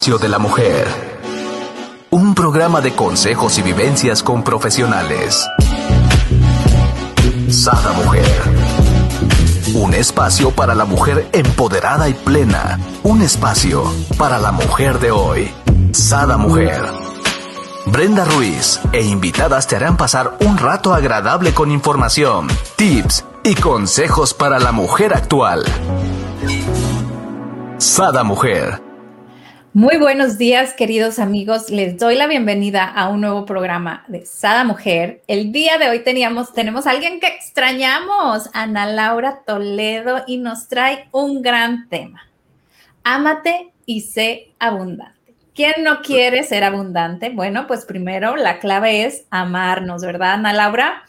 De la mujer. Un programa de consejos y vivencias con profesionales. Sada Mujer. Un espacio para la mujer empoderada y plena. Un espacio para la mujer de hoy. Sada Mujer. Brenda Ruiz e invitadas te harán pasar un rato agradable con información, tips y consejos para la mujer actual. Sada Mujer. Muy buenos días, queridos amigos. Les doy la bienvenida a un nuevo programa de Sada Mujer. El día de hoy tenemos a alguien que extrañamos, Ana Laura Toledo, y nos trae un gran tema. Ámate y sé abundante. ¿Quién no quiere ser abundante? Bueno, pues primero la clave es amarnos, ¿verdad, Ana Laura?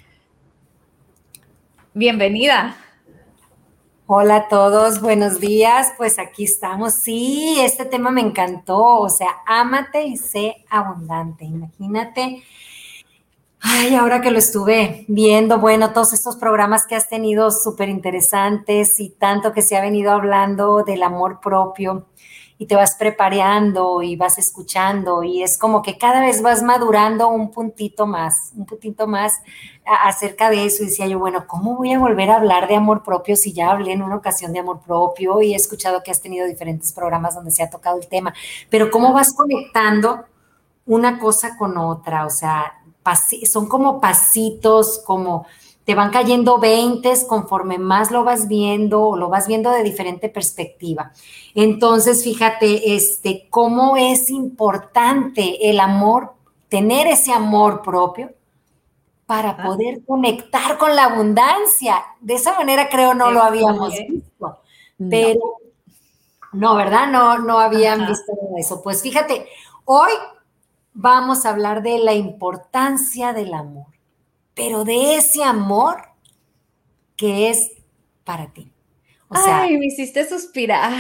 Bienvenida. Hola a todos, buenos días, pues aquí estamos. Sí, este tema me encantó, o sea, ámate y sé abundante. Imagínate, ay, ahora que lo estuve viendo, bueno, todos estos programas que has tenido súper interesantes y tanto que se ha venido hablando del amor propio y te vas preparando y vas escuchando y es como que cada vez vas madurando un puntito más acerca de eso. Y decía yo, bueno, ¿cómo voy a volver a hablar de amor propio si ya hablé en una ocasión de amor propio y he escuchado que has tenido diferentes programas donde se ha tocado el tema? Pero ¿cómo vas conectando una cosa con otra? O sea, son como pasitos, como te van cayendo veintes conforme más lo vas viendo o lo vas viendo de diferente perspectiva. Entonces, fíjate, cómo es importante el amor, tener ese amor propio para poder conectar con la abundancia. De esa manera creo no lo habíamos visto. Pero, no, ¿verdad? No habían visto eso. Pues fíjate, hoy vamos a hablar de la importancia del amor, pero de ese amor que es para ti. O sea, ay, me hiciste suspirar.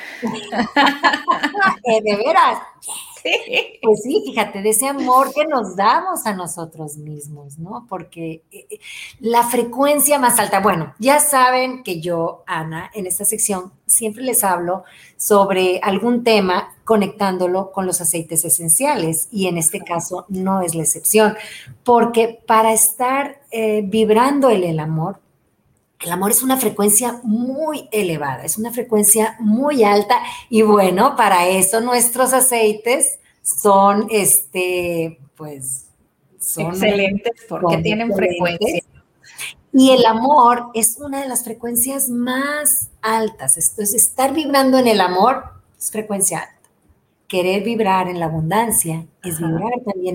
¿De veras? Sí. Pues sí, fíjate, de ese amor que nos damos a nosotros mismos, ¿no? Porque la frecuencia más alta, bueno, ya saben que yo, Ana, en esta sección siempre les hablo sobre algún tema conectándolo con los aceites esenciales y en este caso no es la excepción, porque para estar vibrando el amor es una frecuencia muy elevada, es una frecuencia muy alta y bueno, para eso nuestros aceites son, son excelentes porque tienen frecuencia. Y el amor es una de las frecuencias más altas. Entonces, estar vibrando en el amor es frecuencia alta. Querer vibrar en la abundancia es vibrar también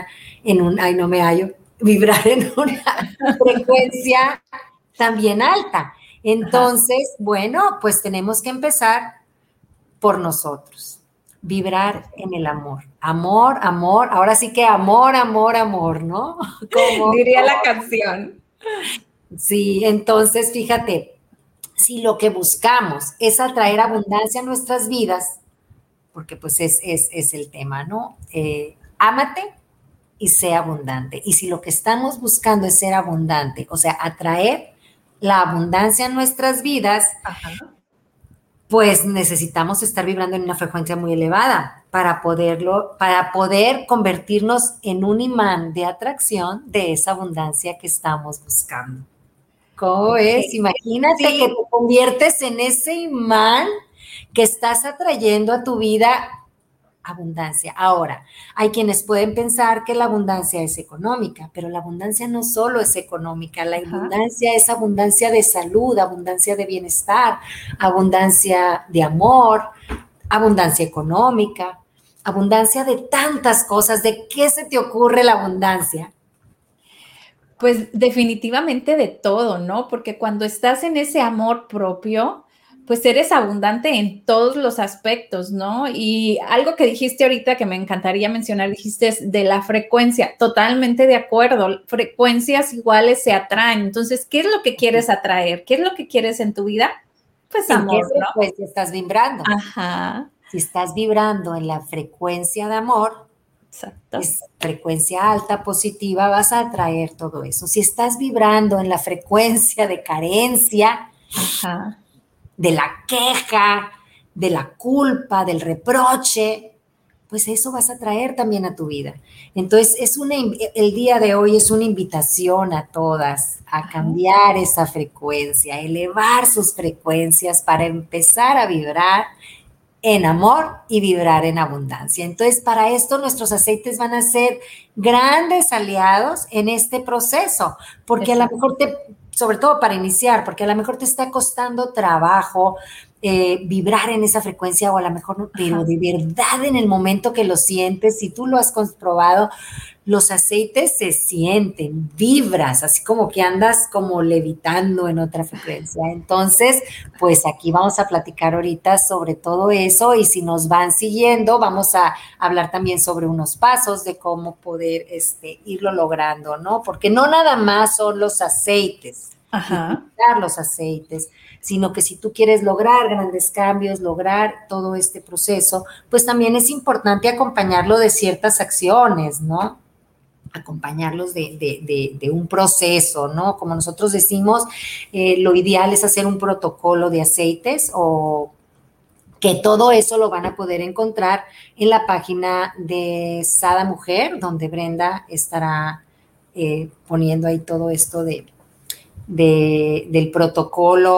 vibrar en una frecuencia también alta. Entonces, bueno, pues tenemos que empezar por nosotros. Vibrar en el amor. Amor, amor. Ahora sí que amor, amor, amor, ¿no? Diría la canción. Sí, entonces fíjate, si lo que buscamos es atraer abundancia a nuestras vidas, porque pues es el tema, ¿no? Ámate y sé abundante. Y si lo que estamos buscando es ser abundante, o sea, atraer la abundancia en nuestras vidas, pues necesitamos estar vibrando en una frecuencia muy elevada para poder convertirnos en un imán de atracción de esa abundancia que estamos buscando. ¿Cómo es? Imagínate que te conviertes en ese imán que estás atrayendo a tu vida abundancia. Ahora, hay quienes pueden pensar que la abundancia es económica, pero la abundancia no solo es económica, la abundancia es abundancia de salud, abundancia de bienestar, abundancia de amor, abundancia económica, abundancia de tantas cosas. ¿De qué se te ocurre la abundancia? Pues definitivamente de todo, ¿no? Porque cuando estás en ese amor propio, pues eres abundante en todos los aspectos, ¿no? Y algo que dijiste ahorita que me encantaría mencionar, dijiste de la frecuencia, totalmente de acuerdo, frecuencias iguales se atraen. Entonces, ¿qué es lo que quieres atraer? ¿Qué es lo que quieres en tu vida? Pues amor, ¿en qué frecuencia estás vibrando? Ajá. Si estás vibrando en la frecuencia de amor, exacto, es frecuencia alta, positiva, vas a atraer todo eso. Si estás vibrando en la frecuencia de carencia, ajá, de la queja, de la culpa, del reproche, pues eso vas a traer también a tu vida. Entonces, el día de hoy es una invitación a todas a cambiar esa frecuencia, elevar sus frecuencias para empezar a vibrar en amor y vibrar en abundancia. Entonces, para esto nuestros aceites van a ser grandes aliados en este proceso, porque a lo mejor sobre todo para iniciar, porque a lo mejor te está costando trabajo vibrar en esa frecuencia o a lo mejor no, pero de verdad en el momento que lo sientes, si tú lo has comprobado, los aceites se sienten, vibras, así como que andas como levitando en otra frecuencia. Entonces, pues aquí vamos a platicar ahorita sobre todo eso y si nos van siguiendo, vamos a hablar también sobre unos pasos de cómo poder irlo logrando, ¿no? Porque no nada más son los aceites, los aceites, sino que si tú quieres lograr grandes cambios, lograr todo este proceso, pues también es importante acompañarlo de ciertas acciones, ¿no? Acompañarlos de un proceso, ¿no? Como nosotros decimos, lo ideal es hacer un protocolo de aceites o que todo eso lo van a poder encontrar en la página de Sada Mujer, donde Brenda estará poniendo ahí todo esto del protocolo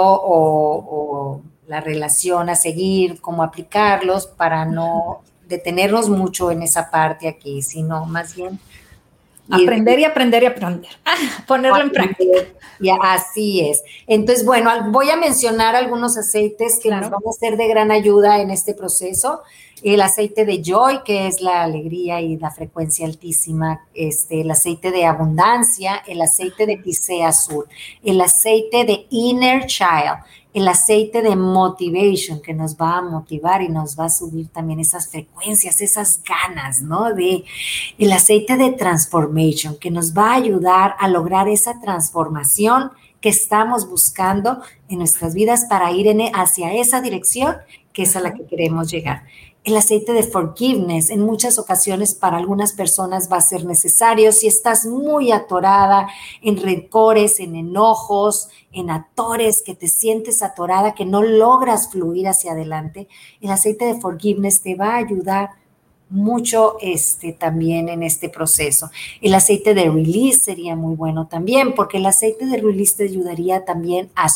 o la relación a seguir, cómo aplicarlos para no detenernos mucho en esa parte aquí, sino más bien aprender y aprender y aprender. Ponerlo en práctica. Y así es. Entonces, bueno, voy a mencionar algunos aceites que nos van a ser de gran ayuda en este proceso. El aceite de Joy, que es la alegría y la frecuencia altísima, el aceite de abundancia, el aceite de Pisea Azul, el aceite de Inner Child, el aceite de Motivation, que nos va a motivar y nos va a subir también esas frecuencias, esas ganas, ¿no? El aceite de Transformation, que nos va a ayudar a lograr esa transformación que estamos buscando en nuestras vidas para ir hacia esa dirección que es a la que queremos llegar. El aceite de Forgiveness, en muchas ocasiones para algunas personas va a ser necesario si estás muy atorada en rencores, en enojos, en atores, que te sientes atorada, que no logras fluir hacia adelante. El aceite de Forgiveness te va a ayudar mucho también en este proceso. El aceite de Release sería muy bueno también, porque el aceite de Release te ayudaría también a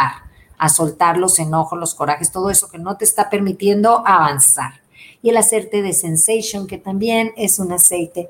soltar los enojos, los corajes, todo eso que no te está permitiendo avanzar. Y el aceite de Sensation, que también es un aceite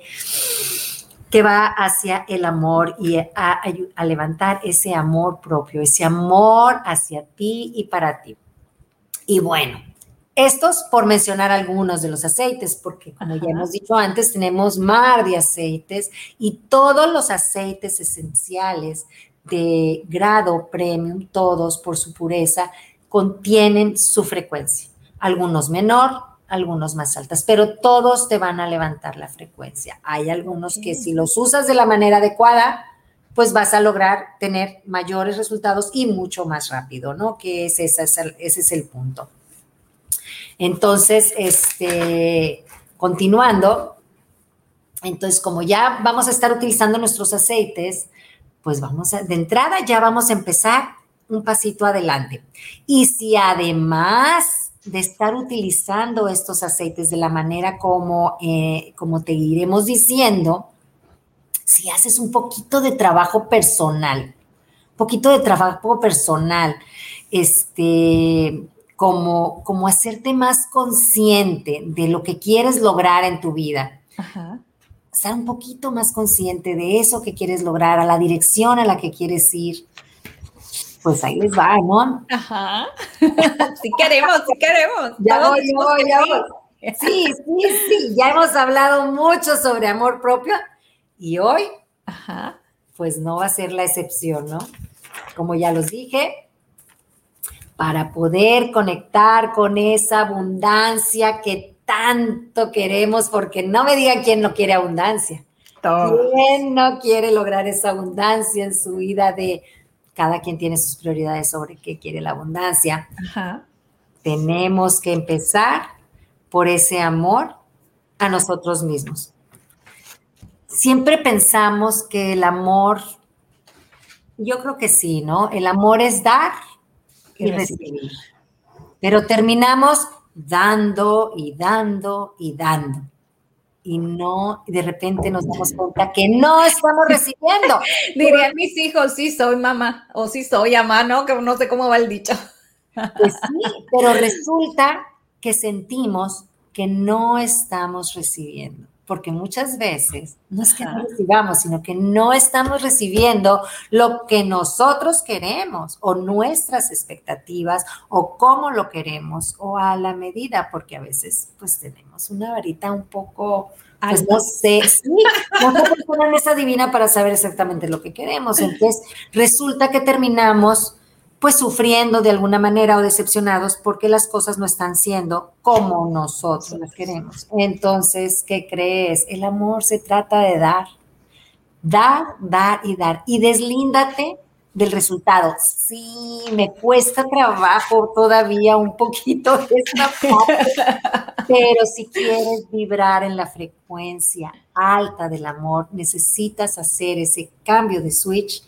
que va hacia el amor y a levantar ese amor propio, ese amor hacia ti y para ti. Y bueno, estos por mencionar algunos de los aceites, porque como ya hemos dicho antes, tenemos mar de aceites y todos los aceites esenciales de grado premium, todos por su pureza, contienen su frecuencia. Algunos menor, algunos más altas, pero todos te van a levantar la frecuencia. Hay algunos que si los usas de la manera adecuada, pues vas a lograr tener mayores resultados y mucho más rápido, ¿no? Que ese es el punto. Entonces, continuando, entonces como ya vamos a estar utilizando nuestros aceites, pues de entrada ya vamos a empezar un pasito adelante. Y si además de estar utilizando estos aceites de la manera como te iremos diciendo, si haces un poquito de trabajo personal, como hacerte más consciente de lo que quieres lograr en tu vida. Ser un poquito más consciente de eso que quieres lograr, a la dirección a la que quieres ir. Pues ahí les va, ¿no? Sí queremos. Ya voy. Sí, ya hemos hablado mucho sobre amor propio y hoy, pues no va a ser la excepción, ¿no? Como ya los dije, para poder conectar con esa abundancia que tanto queremos, porque no me digan quién no quiere abundancia. ¿Quién no quiere lograr esa abundancia en su vida? Cada quien tiene sus prioridades sobre qué quiere la abundancia. Tenemos que empezar por ese amor a nosotros mismos. Siempre pensamos que el amor, yo creo que sí, ¿no? El amor es dar y recibir. pero terminamos dando y dando y dando. Y de repente nos damos cuenta que no estamos recibiendo. Dirían mis hijos, sí soy mamá, o sí soy mamá, ¿no? Que no sé cómo va el dicho. Pues sí, pero resulta que sentimos que no estamos recibiendo, porque muchas veces no es que no recibamos, sino que no estamos recibiendo lo que nosotros queremos o nuestras expectativas o cómo lo queremos o a la medida, porque a veces pues tenemos una varita un poco, pues no sé, sí, no podemos poner mesa divina para saber exactamente lo que queremos. Entonces resulta que terminamos pues sufriendo de alguna manera o decepcionados porque las cosas no están siendo como nosotros las queremos. Entonces, ¿qué crees? El amor se trata de dar, dar y dar. Y deslíndate del resultado. Sí, me cuesta trabajo todavía un poquito de esta parte, pero si quieres vibrar en la frecuencia alta del amor, necesitas hacer ese cambio de switch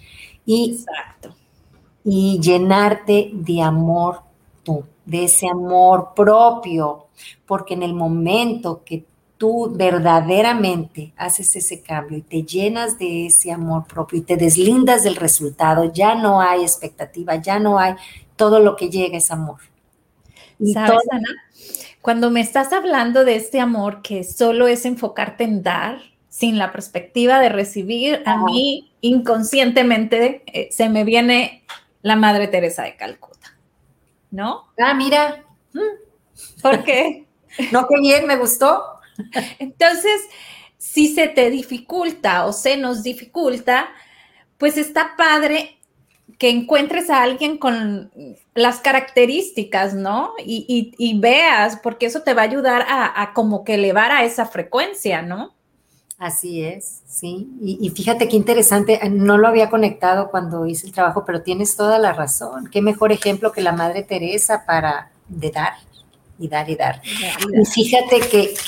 y llenarte de amor tú, de ese amor propio, porque en el momento que tú verdaderamente haces ese cambio y te llenas de ese amor propio y te deslindas del resultado, ya no hay expectativa, ya no hay, todo lo que llega es amor. Y ¿sabes, Ana? Cuando me estás hablando de este amor que solo es enfocarte en dar, sin la perspectiva de recibir, a mí inconscientemente se me viene la Madre Teresa de Calcuta, ¿no? Ah, mira. ¿Por qué? No, qué bien, me gustó. Entonces, si se te dificulta o se nos dificulta, pues está padre que encuentres a alguien con las características, ¿no? Y veas, porque eso te va a ayudar a como que elevar a esa frecuencia, ¿no? Así es, sí. Y fíjate qué interesante, no lo había conectado cuando hice el trabajo, pero tienes toda la razón. Qué mejor ejemplo que la Madre Teresa de dar y dar y dar. Y fíjate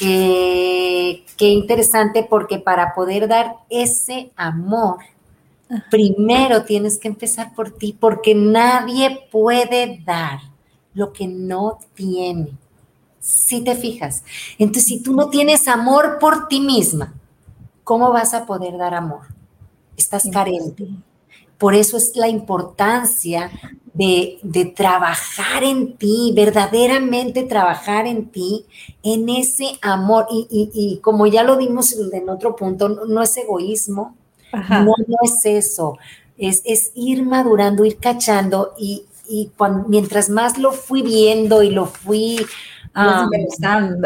qué interesante, porque para poder dar ese amor, primero tienes que empezar por ti, porque nadie puede dar lo que no tiene. Si te fijas. Entonces, si tú no tienes amor por ti misma, ¿cómo vas a poder dar amor? Estás carente. Por eso es la importancia de trabajar en ti, verdaderamente trabajar en ti, en ese amor. Y como ya lo dimos en otro punto, no es egoísmo, no es eso, es ir madurando, ir cachando mientras más lo fui viendo y lo fui desmenuzando,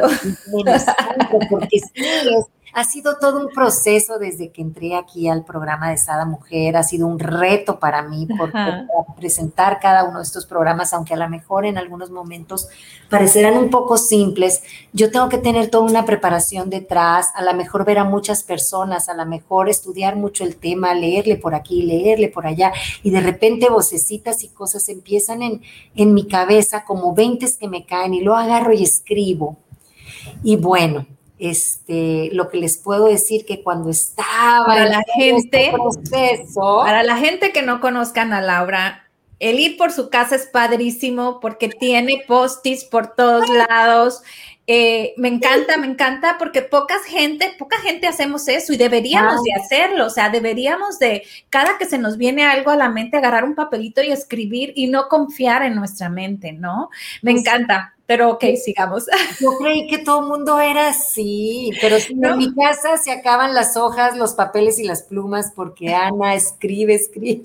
porque sí, ha sido todo un proceso desde que entré aquí al programa de Sada Mujer, ha sido un reto para mí porque presentar cada uno de estos programas, aunque a lo mejor en algunos momentos parecerán un poco simples, yo tengo que tener toda una preparación detrás, a lo mejor ver a muchas personas, a lo mejor estudiar mucho el tema, leerle por aquí, leerle por allá, y de repente vocecitas y cosas empiezan en mi cabeza como veintes que me caen y lo agarro y escribo. Y bueno, lo que les puedo decir que cuando estaba para la gente, proceso, para la gente que no conozcan a Laura, el ir por su casa es padrísimo porque tiene post-its por todos lados. Me encanta porque poca gente hacemos eso y deberíamos de hacerlo, o sea, deberíamos de, cada que se nos viene algo a la mente, agarrar un papelito y escribir y no confiar en nuestra mente, ¿no? Me encanta. Pero ok, sigamos. Yo creí que todo el mundo era así, pero sí, ¿no? En mi casa se acaban las hojas, los papeles y las plumas porque Ana escribe,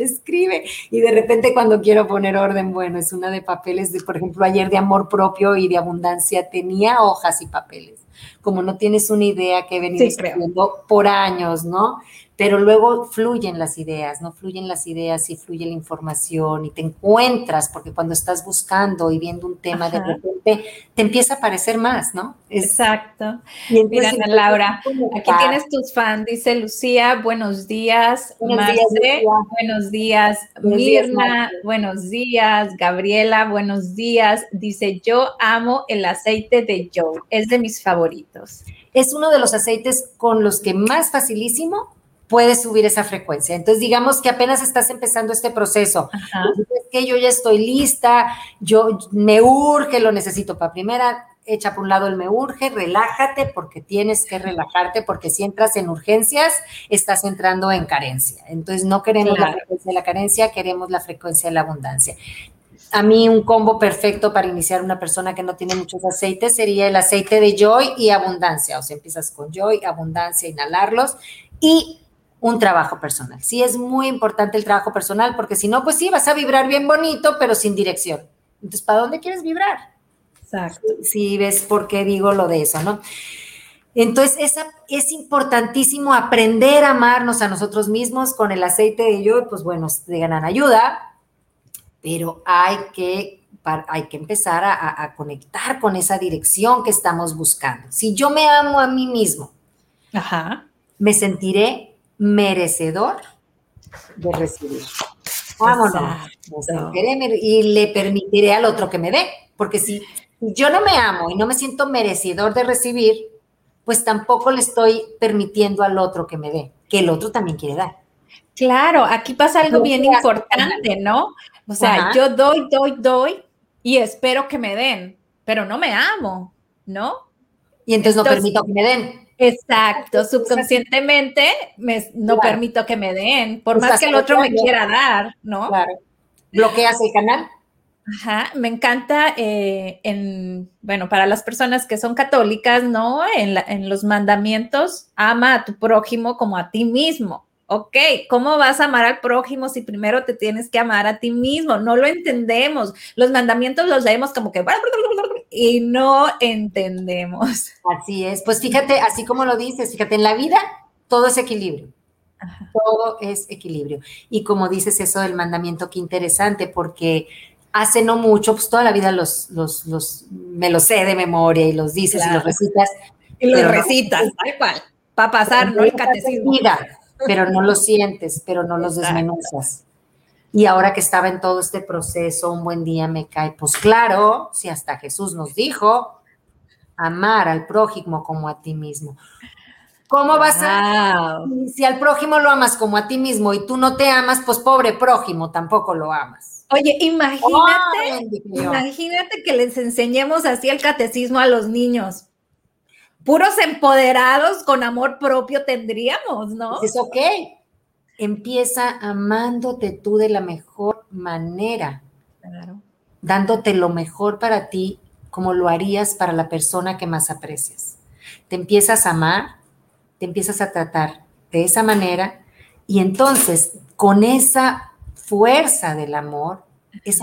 y de repente cuando quiero poner orden, bueno, es una de papeles, por ejemplo, ayer de amor propio y de abundancia tenía hojas y papeles, como no tienes una idea que he venido escribiendo por años, ¿no? Pero luego fluyen las ideas, ¿no? Fluyen las ideas y fluye la información y te encuentras, porque cuando estás buscando y viendo un tema, de repente te empieza a parecer más, ¿no? Exacto. Mira, Ana Laura, aquí tienes tus fans, dice Lucía, buenos días, Marce, buenos días, Mirna, buenos días, Gabriela, buenos días, dice, yo amo el aceite de Joe, es de mis favoritos. Es uno de los aceites con los que más facilísimo puedes subir esa frecuencia. Entonces, digamos que apenas estás empezando este proceso. Es que yo ya estoy lista, yo me urge, lo necesito para primera, echa por un lado el me urge, relájate porque tienes que relajarte, porque si entras en urgencias, estás entrando en carencia. Entonces, no queremos la frecuencia de la carencia, queremos la frecuencia de la abundancia. A mí un combo perfecto para iniciar una persona que no tiene muchos aceites sería el aceite de Joy y abundancia. O sea, empiezas con Joy, abundancia, inhalarlos y un trabajo personal. Sí, es muy importante el trabajo personal porque si no, pues sí, vas a vibrar bien bonito, pero sin dirección. Entonces, ¿para dónde quieres vibrar? Exacto. Sí, ves por qué digo lo de eso, ¿no? Entonces, es importantísimo aprender a amarnos a nosotros mismos con el aceite de Joy, pues bueno, de gran ayuda, pero hay que empezar a conectar con esa dirección que estamos buscando. Si yo me amo a mí mismo, me sentiré merecedor de recibir. Vámonos. Y le permitiré al otro que me dé, porque si yo no me amo y no me siento merecedor de recibir, pues tampoco le estoy permitiendo al otro que me dé, que el otro también quiere dar. Claro, aquí pasa algo bien importante, ¿no? O sea, yo doy y espero que me den, pero no me amo, ¿no? Y entonces no permito que me den. Exacto, subconscientemente no permito que me den, por más que el otro me quiera dar, ¿no? Claro. ¿Bloqueas el canal? Ajá, me encanta, bueno, para las personas que son católicas, ¿no? En los mandamientos, ama a tu prójimo como a ti mismo. Ok, ¿cómo vas a amar al prójimo si primero te tienes que amar a ti mismo? No lo entendemos. Los mandamientos los leemos como que y no entendemos. Así es. Pues fíjate, así como lo dices, fíjate, en la vida todo es equilibrio. Ajá. Todo es equilibrio. Y como dices eso del mandamiento, qué interesante, porque hace no mucho, pues toda la vida me los sé de memoria y los dices y los recitas. Y los recitas, tal cual, para pasar, ¿no? El catecismo. Pero no los sientes, pero no los desmenuzas. Y ahora que estaba en todo este proceso, un buen día me cae, pues claro, si hasta Jesús nos dijo, amar al prójimo como a ti mismo. ¿Cómo vas a...? Si al prójimo lo amas como a ti mismo y tú no te amas, pues pobre prójimo, tampoco lo amas. Oye, imagínate que les enseñemos así el catecismo a los niños. Puros empoderados con amor propio tendríamos, ¿no? Es ok. Empieza amándote tú de la mejor manera. Claro. Dándote lo mejor para ti, como lo harías para la persona que más aprecias. Te empiezas a amar, te empiezas a tratar de esa manera y entonces con esa fuerza del amor, ese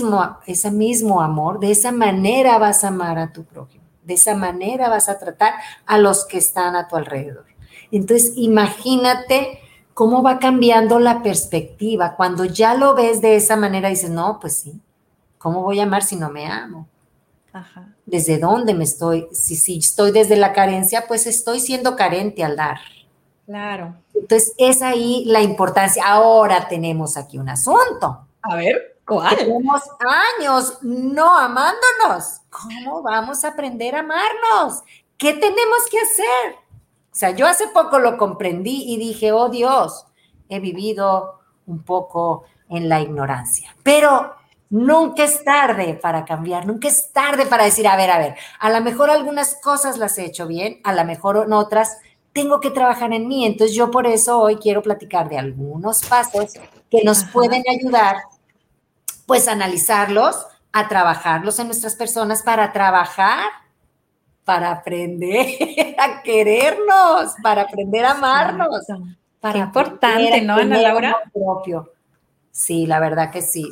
mismo amor, de esa manera vas a amar a tu prójimo. De esa manera vas a tratar a los que están a tu alrededor. Entonces, imagínate cómo va cambiando la perspectiva. Cuando ya lo ves de esa manera, dices, no, pues sí, ¿cómo voy a amar si no me amo? Ajá. ¿Desde dónde me estoy? Si estoy desde la carencia, pues estoy siendo carente al dar. Claro. Entonces, es ahí la importancia. Ahora tenemos aquí un asunto. A ver, ¿cuál? Tenemos años no amándonos. ¿Cómo vamos a aprender a amarnos? ¿Qué tenemos que hacer? O sea, yo hace poco lo comprendí y dije, oh Dios, he vivido un poco en la ignorancia. Pero nunca es tarde para cambiar, nunca es tarde para decir, a ver, a lo mejor algunas cosas las he hecho bien, a lo mejor en otras tengo que trabajar en mí. Entonces yo por eso hoy quiero platicar de algunos pasos que nos pueden ayudar pues a analizarlos, a trabajarlos en nuestras personas para trabajar, para aprender a querernos, para aprender a amarnos. Qué importante, ¿no, Ana Laura? Propio. Sí, la verdad que sí,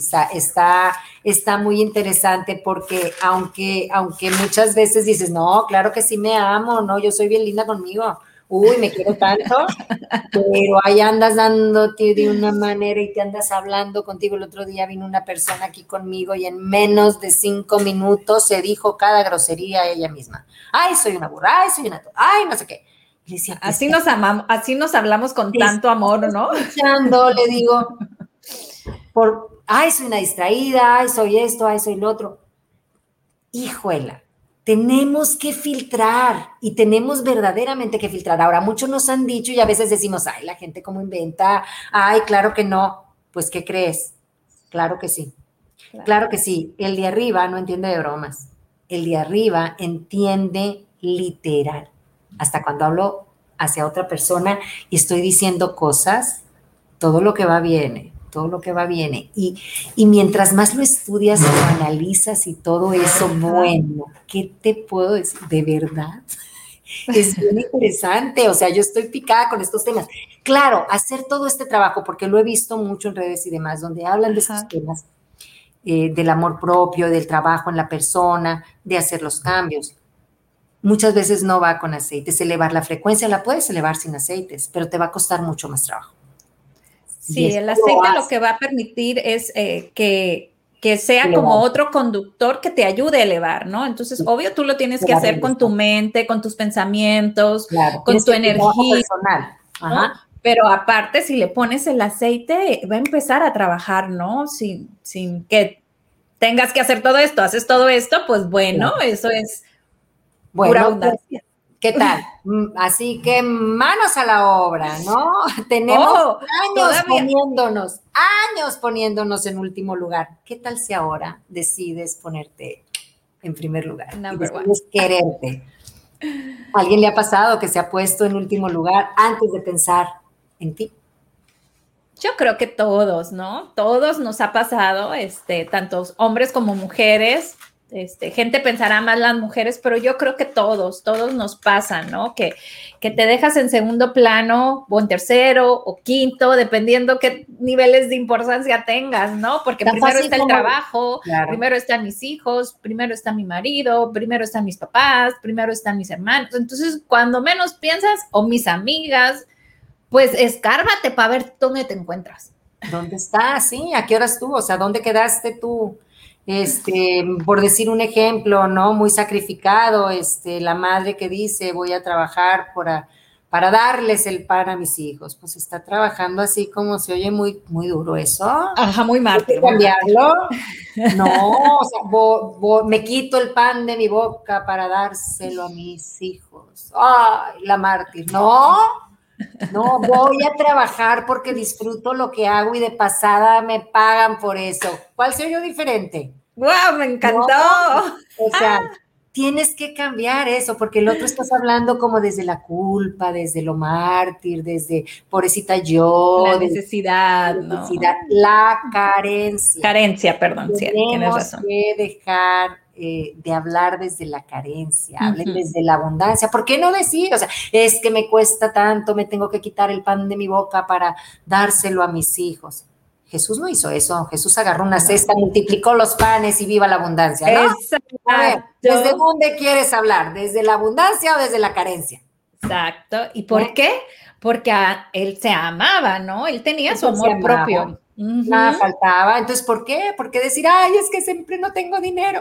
está muy interesante porque aunque muchas veces dices, no, claro que sí me amo, no, yo soy bien linda conmigo, uy, me quiero tanto, pero ahí andas dándote de una manera y te andas hablando contigo. El otro día vino una persona aquí conmigo y en menos de 5 minutos se dijo cada grosería a ella misma. Ay, soy una burra, ay, soy una... Ay, no sé qué. Le decía, así nos amamos, así nos hablamos con tanto amor, ¿no? Escuchando, le digo, ay, soy una distraída, ay, soy esto, ay, soy lo otro. Hijuela, tenemos que filtrar y tenemos verdaderamente que filtrar. Ahora, muchos nos han dicho y a veces decimos, ay, la gente cómo inventa, ay, claro que no. Pues, ¿qué crees? Claro que sí. Claro que sí. El de arriba no entiende de bromas. El de arriba entiende literal. Hasta cuando hablo hacia otra persona y estoy diciendo cosas, todo lo que va viene, todo lo que va viene. Y mientras más lo estudias, lo analizas y todo eso, bueno, ¿qué te puedo decir? De verdad, es bien interesante. O sea, yo estoy picada con estos temas. Claro, hacer todo este trabajo, porque lo he visto mucho en redes y demás, donde hablan de estos temas, del amor propio, del trabajo en la persona, de hacer los cambios. Muchas veces no va con aceites. Elevar la frecuencia la puedes elevar sin aceites, pero te va a costar mucho más trabajo. Sí, el aceite lo que va a permitir es que sea como otro conductor que te ayude a elevar, ¿no? Entonces, obvio, tú lo tienes que hacer con tu mente, con tus pensamientos, con tu energía. ¿No? Pero aparte, si le pones el aceite, va a empezar a trabajar, ¿no? Sin que tengas que hacer todo esto. Haces todo esto, pues bueno, eso es pura abundancia. ¿Qué tal? Así que manos a la obra, ¿no? Tenemos años poniéndonos en último lugar. ¿Qué tal si ahora decides ponerte en primer lugar? Y decides quererte. ¿A alguien le ha pasado que se ha puesto en último lugar antes de pensar en ti? Yo creo que todos, ¿no? Todos nos ha pasado, tantos hombres como mujeres. Gente pensará más las mujeres, pero yo creo que todos nos pasan, ¿no? Que te dejas en segundo plano o en tercero o quinto, dependiendo qué niveles de importancia tengas, ¿no? Porque primero está el trabajo, primero están mis hijos, primero está mi marido, primero están mis papás, primero están mis hermanos. Entonces, cuando menos piensas, o mis amigas, pues escárbate para ver dónde te encuentras. ¿Dónde estás? Sí, ¿a qué horas tú? O sea, ¿dónde quedaste tú? Por decir un ejemplo, ¿no? Muy sacrificado, la madre que dice, voy a trabajar para darles el pan a mis hijos. Pues está trabajando así como se oye muy, muy duro eso. Ajá, muy mártir. ¿Cambiarlo? No, o sea, me quito el pan de mi boca para dárselo a mis hijos. Ay, la mártir, ¿no? No, voy a trabajar porque disfruto lo que hago y de pasada me pagan por eso. ¿Cuál soy yo diferente? ¡Wow! Me encantó. No, o sea, tienes que cambiar eso, porque el otro estás hablando como desde la culpa, desde lo mártir, desde pobrecita yo. La necesidad, ¿no? La carencia. Carencia, perdón, sí, tienes razón. Tenemos que dejar de hablar desde la carencia, hablen desde la abundancia. ¿Por qué no decir? O sea, es que me cuesta tanto, me tengo que quitar el pan de mi boca para dárselo a mis hijos. Jesús no hizo eso. Jesús agarró una cesta, multiplicó los panes y viva la abundancia, ¿no? Exacto. A ver, ¿desde dónde quieres hablar? ¿Desde la abundancia o desde la carencia? Exacto. ¿Y por qué? Porque él se amaba, ¿no? Él tenía su amor propio. Nada faltaba. Entonces, ¿por qué? ¿Por qué decir, ay, es que siempre no tengo dinero?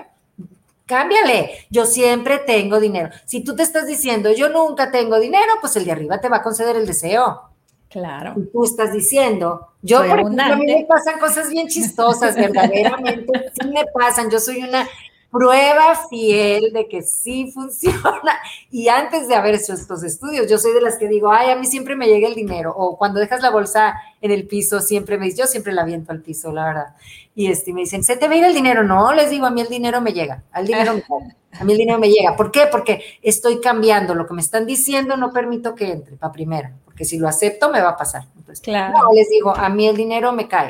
Cámbiale, yo siempre tengo dinero. Si tú te estás diciendo, yo nunca tengo dinero, pues el de arriba te va a conceder el deseo. Claro. Y tú estás diciendo, yo por ejemplo, a mí me pasan cosas bien chistosas, verdaderamente, sí me pasan. Yo soy una prueba fiel de que sí funciona. Y antes de haber hecho estos estudios, yo soy de las que digo, ay, a mí siempre me llega el dinero. O cuando dejas la bolsa en el piso, siempre me dices, yo siempre la aviento al piso, la verdad. Y me dicen, ¿se te va a ir el dinero? No, les digo, a mí el dinero me llega, a mí el dinero me llega. ¿Por qué? Porque estoy cambiando, lo que me están diciendo no permito que entre, para primero, porque si lo acepto me va a pasar. Entonces, claro. No, les digo, a mí el dinero me cae,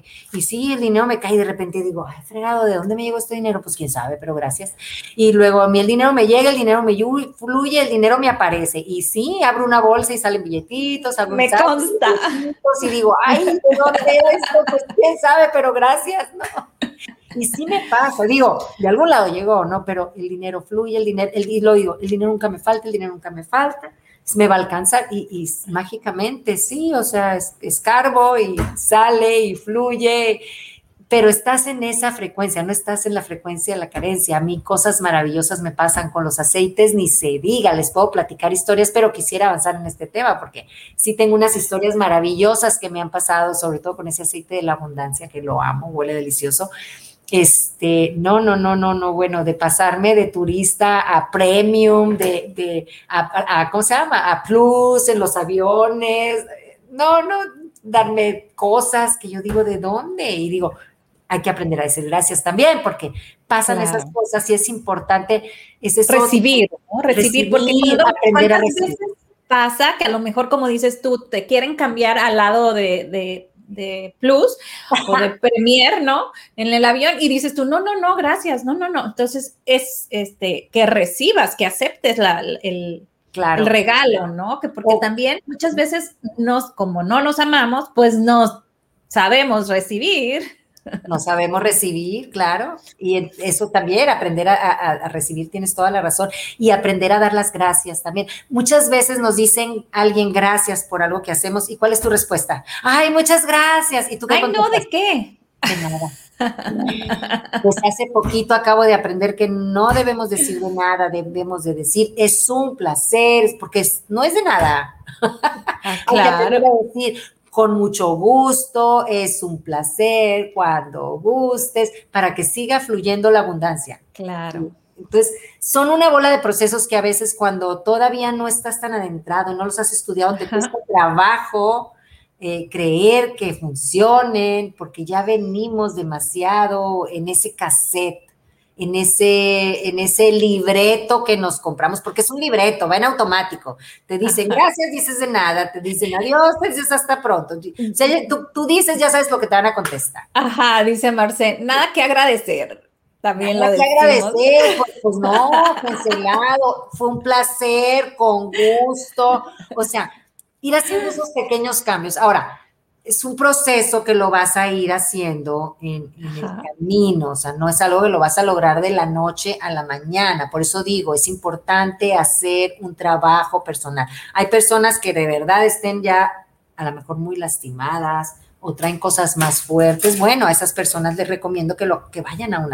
y sí, el dinero me cae y de repente digo, ay, fregado, ¿de dónde me llegó este dinero? Pues quién sabe, pero gracias. Y luego a mí el dinero me llega, el dinero me fluye, el dinero me aparece. Y sí, abro una bolsa y salen billetitos, me consta. Y digo, ay, ¿de dónde es esto? Pues quién sabe, pero gracias, ¿no? Y sí me pasa, digo, de algún lado llegó, ¿no? Pero el dinero fluye, el dinero nunca me falta, me va a alcanzar y mágicamente, sí, o sea, escarbo y sale y fluye, pero estás en esa frecuencia, no estás en la frecuencia de la carencia. A mí cosas maravillosas me pasan con los aceites, ni se diga, les puedo platicar historias, pero quisiera avanzar en este tema porque sí tengo unas historias maravillosas que me han pasado, sobre todo con ese aceite de la abundancia, que lo amo, huele delicioso. No, bueno, de pasarme de turista a premium, ¿cómo se llama? A plus en los aviones, no, darme cosas que yo digo, ¿de dónde? Y digo, hay que aprender a decir gracias también, porque pasan esas cosas y es importante, recibir, ¿no? Recibir, porque aprender a recibir. Veces pasa que a lo mejor, como dices tú, te quieren cambiar al lado de Plus o de Premier, ¿no? En el avión y dices tú, no, gracias, no. Entonces es que recibas, que aceptes el regalo, ¿no? Porque también muchas veces como no nos amamos, pues no sabemos recibir. No sabemos recibir, claro, y eso también, aprender a recibir, tienes toda la razón, y aprender a dar las gracias también. Muchas veces nos dicen alguien gracias por algo que hacemos, ¿y cuál es tu respuesta? Ay, muchas gracias. ¿Y tú qué contestas? No, ¿de qué? De nada. Pues hace poquito acabo de aprender que no debemos decir de nada, debemos de decir es un placer, porque no es de nada. Claro. Hay que aprender a decir con mucho gusto, es un placer, cuando gustes, para que siga fluyendo la abundancia. Claro. Entonces, son una bola de procesos que a veces cuando todavía no estás tan adentrado, no los has estudiado, te cuesta trabajo creer que funcionen, porque ya venimos demasiado en ese cassette, en ese libreto que nos compramos, porque es un libreto, va en automático. Te dicen gracias, dices de nada, te dicen adiós, te dices hasta pronto. O sea, tú dices, ya sabes lo que te van a contestar. Ajá, dice Marce, nada que agradecer. También nada lo que agradecer, pues no, cancelado, fue un placer, con gusto, o sea, ir haciendo esos pequeños cambios. Ahora, es un proceso que lo vas a ir haciendo en el camino, o sea, no es algo que lo vas a lograr de la noche a la mañana. Por eso digo, es importante hacer un trabajo personal. Hay personas que de verdad estén ya a lo mejor muy lastimadas o traen cosas más fuertes. Bueno, a esas personas les recomiendo que vayan a una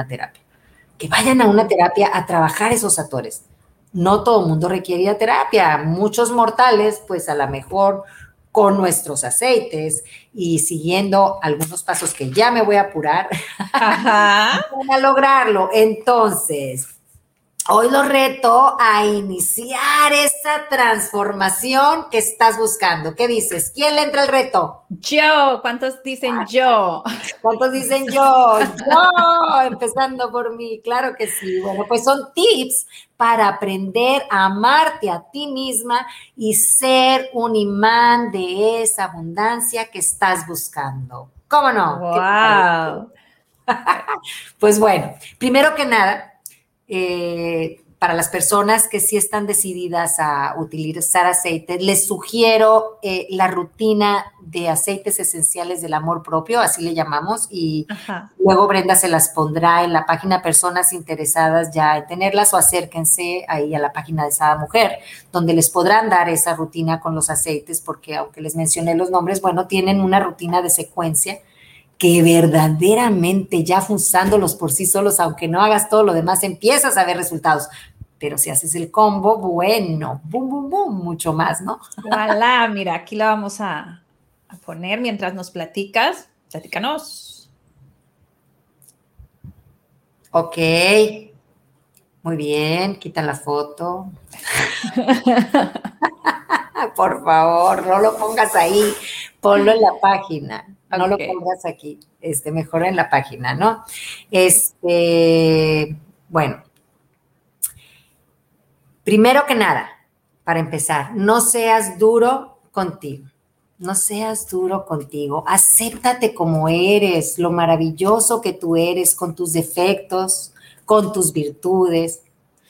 terapia, a trabajar esos atores. No todo el mundo requiere terapia. Muchos mortales, pues a lo mejor con nuestros aceites y siguiendo algunos pasos que ya me voy a apurar, van a lograrlo. Entonces, hoy lo reto a iniciar esa transformación que estás buscando. ¿Qué dices? ¿Quién le entra al reto? Yo. ¿Cuántos dicen yo? ¿Cuántos dicen yo? Yo, empezando por mí. Claro que sí. Bueno, pues son tips para aprender a amarte a ti misma y ser un imán de esa abundancia que estás buscando. ¿Cómo no? ¡Wow! Pues bueno, primero que nada, para las personas que sí están decididas a utilizar aceites, les sugiero la rutina de aceites esenciales del amor propio, así le llamamos, y luego Brenda se las pondrá en la página personas interesadas ya en tenerlas, o acérquense ahí a la página de Sada Mujer, donde les podrán dar esa rutina con los aceites, porque aunque les mencioné los nombres, bueno, tienen una rutina de secuencia que verdaderamente ya usándolos por sí solos, aunque no hagas todo lo demás, empiezas a ver resultados. Pero si haces el combo, bueno, boom, boom, boom, mucho más, ¿no? Voilà, mira, aquí la vamos a poner mientras nos platicas. Platícanos. Ok. Muy bien, quita la foto. Por favor, no lo pongas ahí, ponlo en la página. No lo pongas aquí, mejor en la página, ¿no? Bueno, primero que nada, para empezar, no seas duro contigo. No seas duro contigo. Acéptate como eres, lo maravilloso que tú eres, con tus defectos, con tus virtudes.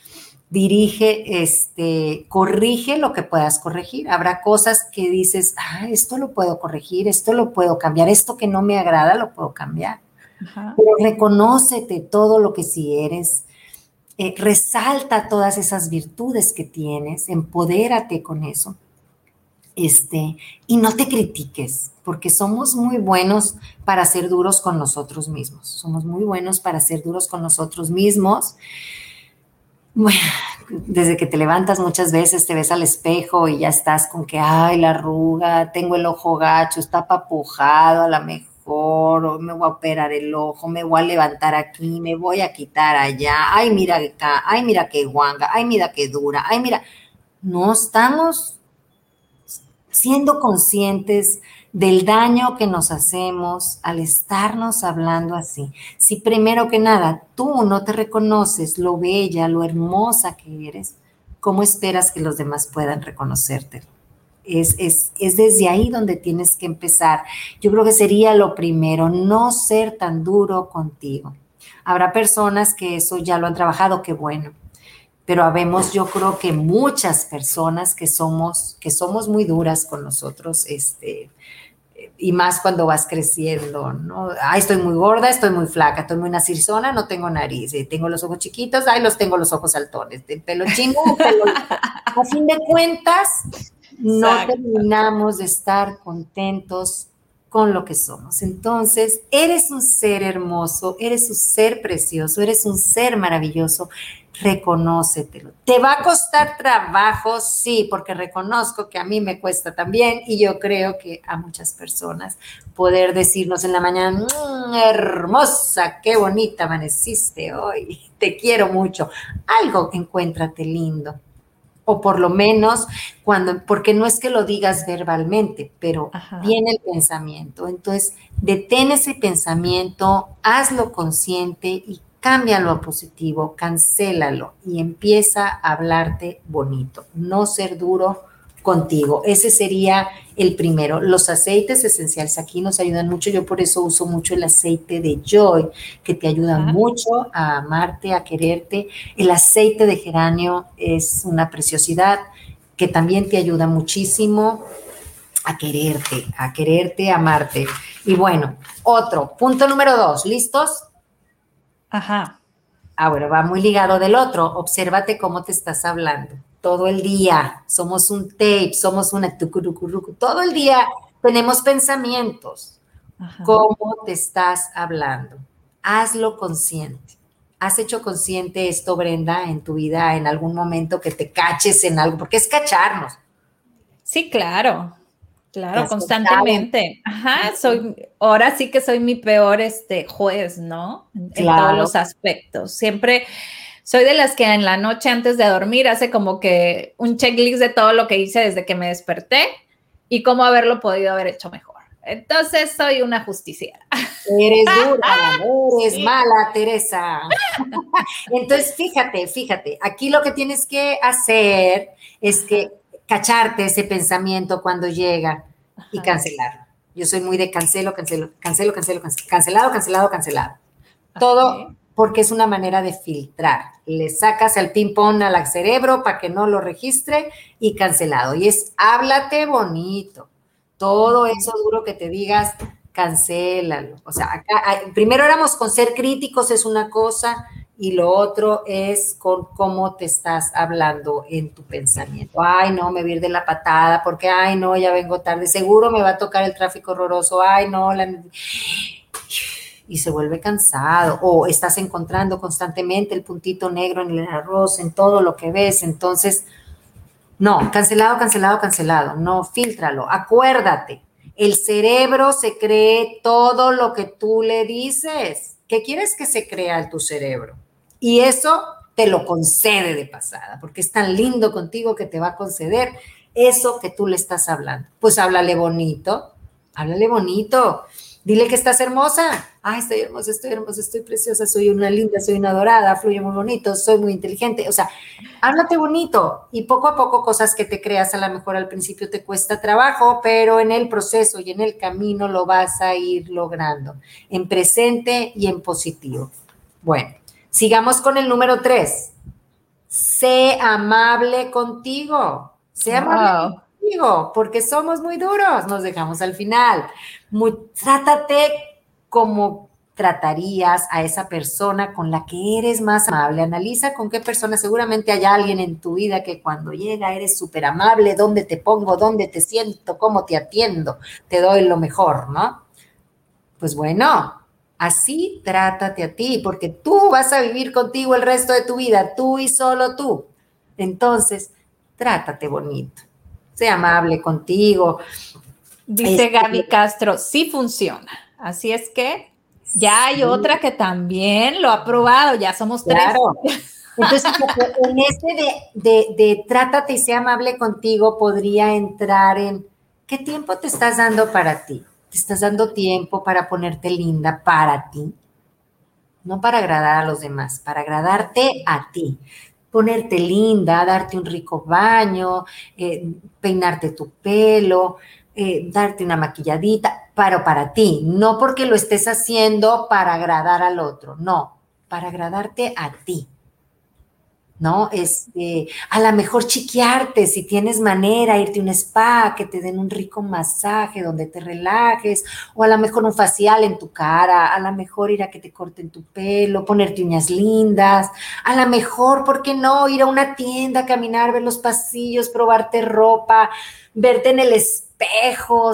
Corrige lo que puedas corregir. Habrá cosas que dices, esto lo puedo corregir, esto lo puedo cambiar, esto que no me agrada lo puedo cambiar. Pero reconócete todo lo que sí eres, resalta todas esas virtudes que tienes, empodérate con eso. Y no te critiques, porque somos muy buenos para ser duros con nosotros mismos. Somos muy buenos para ser duros con nosotros mismos. Bueno, desde que te levantas muchas veces te ves al espejo y ya estás con que, la arruga, tengo el ojo gacho, está apapujado, a lo mejor mejor, o me voy a operar el ojo, me voy a levantar aquí, me voy a quitar allá, ay, mira acá, ay, mira qué guanga, ay, mira qué dura, ay, mira. No estamos siendo conscientes del daño que nos hacemos al estarnos hablando así. Si primero que nada tú no te reconoces lo bella, lo hermosa que eres, ¿cómo esperas que los demás puedan reconocerte? Es desde ahí donde tienes que empezar. Yo creo que sería lo primero, no ser tan duro contigo. Habrá personas que eso ya lo han trabajado, qué bueno, pero habemos, yo creo que muchas personas que somos muy duras con nosotros, y más cuando vas creciendo, ¿no? Ay, estoy muy gorda, estoy muy flaca, estoy muy narizona, no tengo nariz, tengo los ojos chiquitos, ay, tengo los ojos saltones, el pelo chino, a fin de cuentas, no Exacto. terminamos de estar contentos con lo que somos. Entonces, eres un ser hermoso, eres un ser precioso, eres un ser maravilloso, reconócetelo. ¿Te va a costar trabajo? Sí, porque reconozco que a mí me cuesta también y yo creo que a muchas personas poder decirnos en la mañana, hermosa, qué bonita amaneciste hoy, te quiero mucho. Algo encuéntrate lindo. O por lo menos porque no es que lo digas verbalmente, pero Ajá. viene el pensamiento. Entonces, detén ese pensamiento, hazlo consciente y cámbialo a positivo, cancélalo y empieza a hablarte bonito, no ser duro contigo. Ese sería el primero. Los aceites esenciales aquí nos ayudan mucho. Yo por eso uso mucho el aceite de Joy, que te ayuda Ajá. mucho a amarte, a quererte. El aceite de geranio es una preciosidad que también te ayuda muchísimo a quererte, a amarte. Y bueno, otro, punto número 2, ¿listos? Ajá. Bueno, va muy ligado del otro. Obsérvate cómo te estás hablando. Todo el día somos un tape, somos una tucurucurucu. Todo el día tenemos pensamientos. Ajá. ¿Cómo te estás hablando? Hazlo consciente. ¿Has hecho consciente esto, Brenda, en tu vida, en algún momento que te caches en algo? Porque es cacharnos. Sí, claro. ¿Te Claro, has cachado? constantemente. Ajá, ahora sí que soy mi peor juez, ¿no? En todos Claro. los aspectos. Siempre soy de las que en la noche antes de dormir hace como que un checklist de todo lo que hice desde que me desperté y cómo haberlo podido haber hecho mejor. Entonces soy una justiciera. Eres dura, eres Sí. mala, Teresa. Entonces, fíjate, aquí lo que tienes que hacer es Ajá, que cacharte ese pensamiento cuando llega y ajá. cancelarlo. Yo soy muy de cancelado. Todo Ok. porque es una manera de filtrar. Le sacas el ping-pong al cerebro para que no lo registre y cancelado. Y es háblate bonito. Todo Ujú. eso duro que te digas, cancélalo. O sea, acá, primero éramos con ser críticos, es una cosa, y lo otro es con cómo te estás hablando en tu pensamiento. Ay, no, me voy a ir de la patada, porque, ay, no, ya vengo tarde, seguro me va a tocar el tráfico horroroso, ay, no, y se vuelve cansado, o estás encontrando constantemente el puntito negro en el arroz, en todo lo que ves, entonces, no, cancelado, no, fíltralo, acuérdate, el cerebro se cree todo lo que tú le dices. ¿Qué quieres que se crea en tu cerebro? Y eso te lo concede de pasada, porque es tan lindo contigo que te va a conceder eso que tú le estás hablando. Pues háblale bonito, dile que estás hermosa. Ay, estoy hermosa, estoy preciosa, soy una linda, soy una dorada, fluye muy bonito, soy muy inteligente. O sea, háblate bonito y poco a poco cosas que te creas, a lo mejor al principio te cuesta trabajo, pero en el proceso y en el camino lo vas a ir logrando, en presente y en positivo. Bueno, sigamos con el número 3. Sé amable contigo. Sé amable Wow. contigo, porque somos muy duros, nos dejamos al final. Trátate como tratarías a esa persona con la que eres más amable. Analiza con qué persona, seguramente hay alguien en tu vida que cuando llega eres súper amable, dónde te pongo, dónde te siento, cómo te atiendo, te doy lo mejor, ¿no? Pues bueno, así trátate a ti, porque tú vas a vivir contigo el resto de tu vida, tú y solo tú. Entonces, trátate bonito, sé amable contigo. Dice Este, Gaby Castro, sí funciona. Así es que ya hay otra que también lo ha probado, ya somos claro. 3. Entonces, en de trátate y sea amable contigo, podría entrar en ¿qué tiempo te estás dando para ti? ¿Te estás dando tiempo para ponerte linda para ti? No para agradar a los demás, para agradarte a ti. Ponerte linda, darte un rico baño, peinarte tu pelo, darte una maquilladita, pero para ti, no porque lo estés haciendo para agradar al otro, no, para agradarte a ti. ¿No? A lo mejor chiquearte, si tienes manera, irte a un spa, que te den un rico masaje donde te relajes, o a lo mejor un facial en tu cara, a lo mejor ir a que te corten tu pelo, ponerte uñas lindas, a lo mejor, ¿por qué no? Ir a una tienda, caminar, ver los pasillos, probarte ropa, verte en el espejo,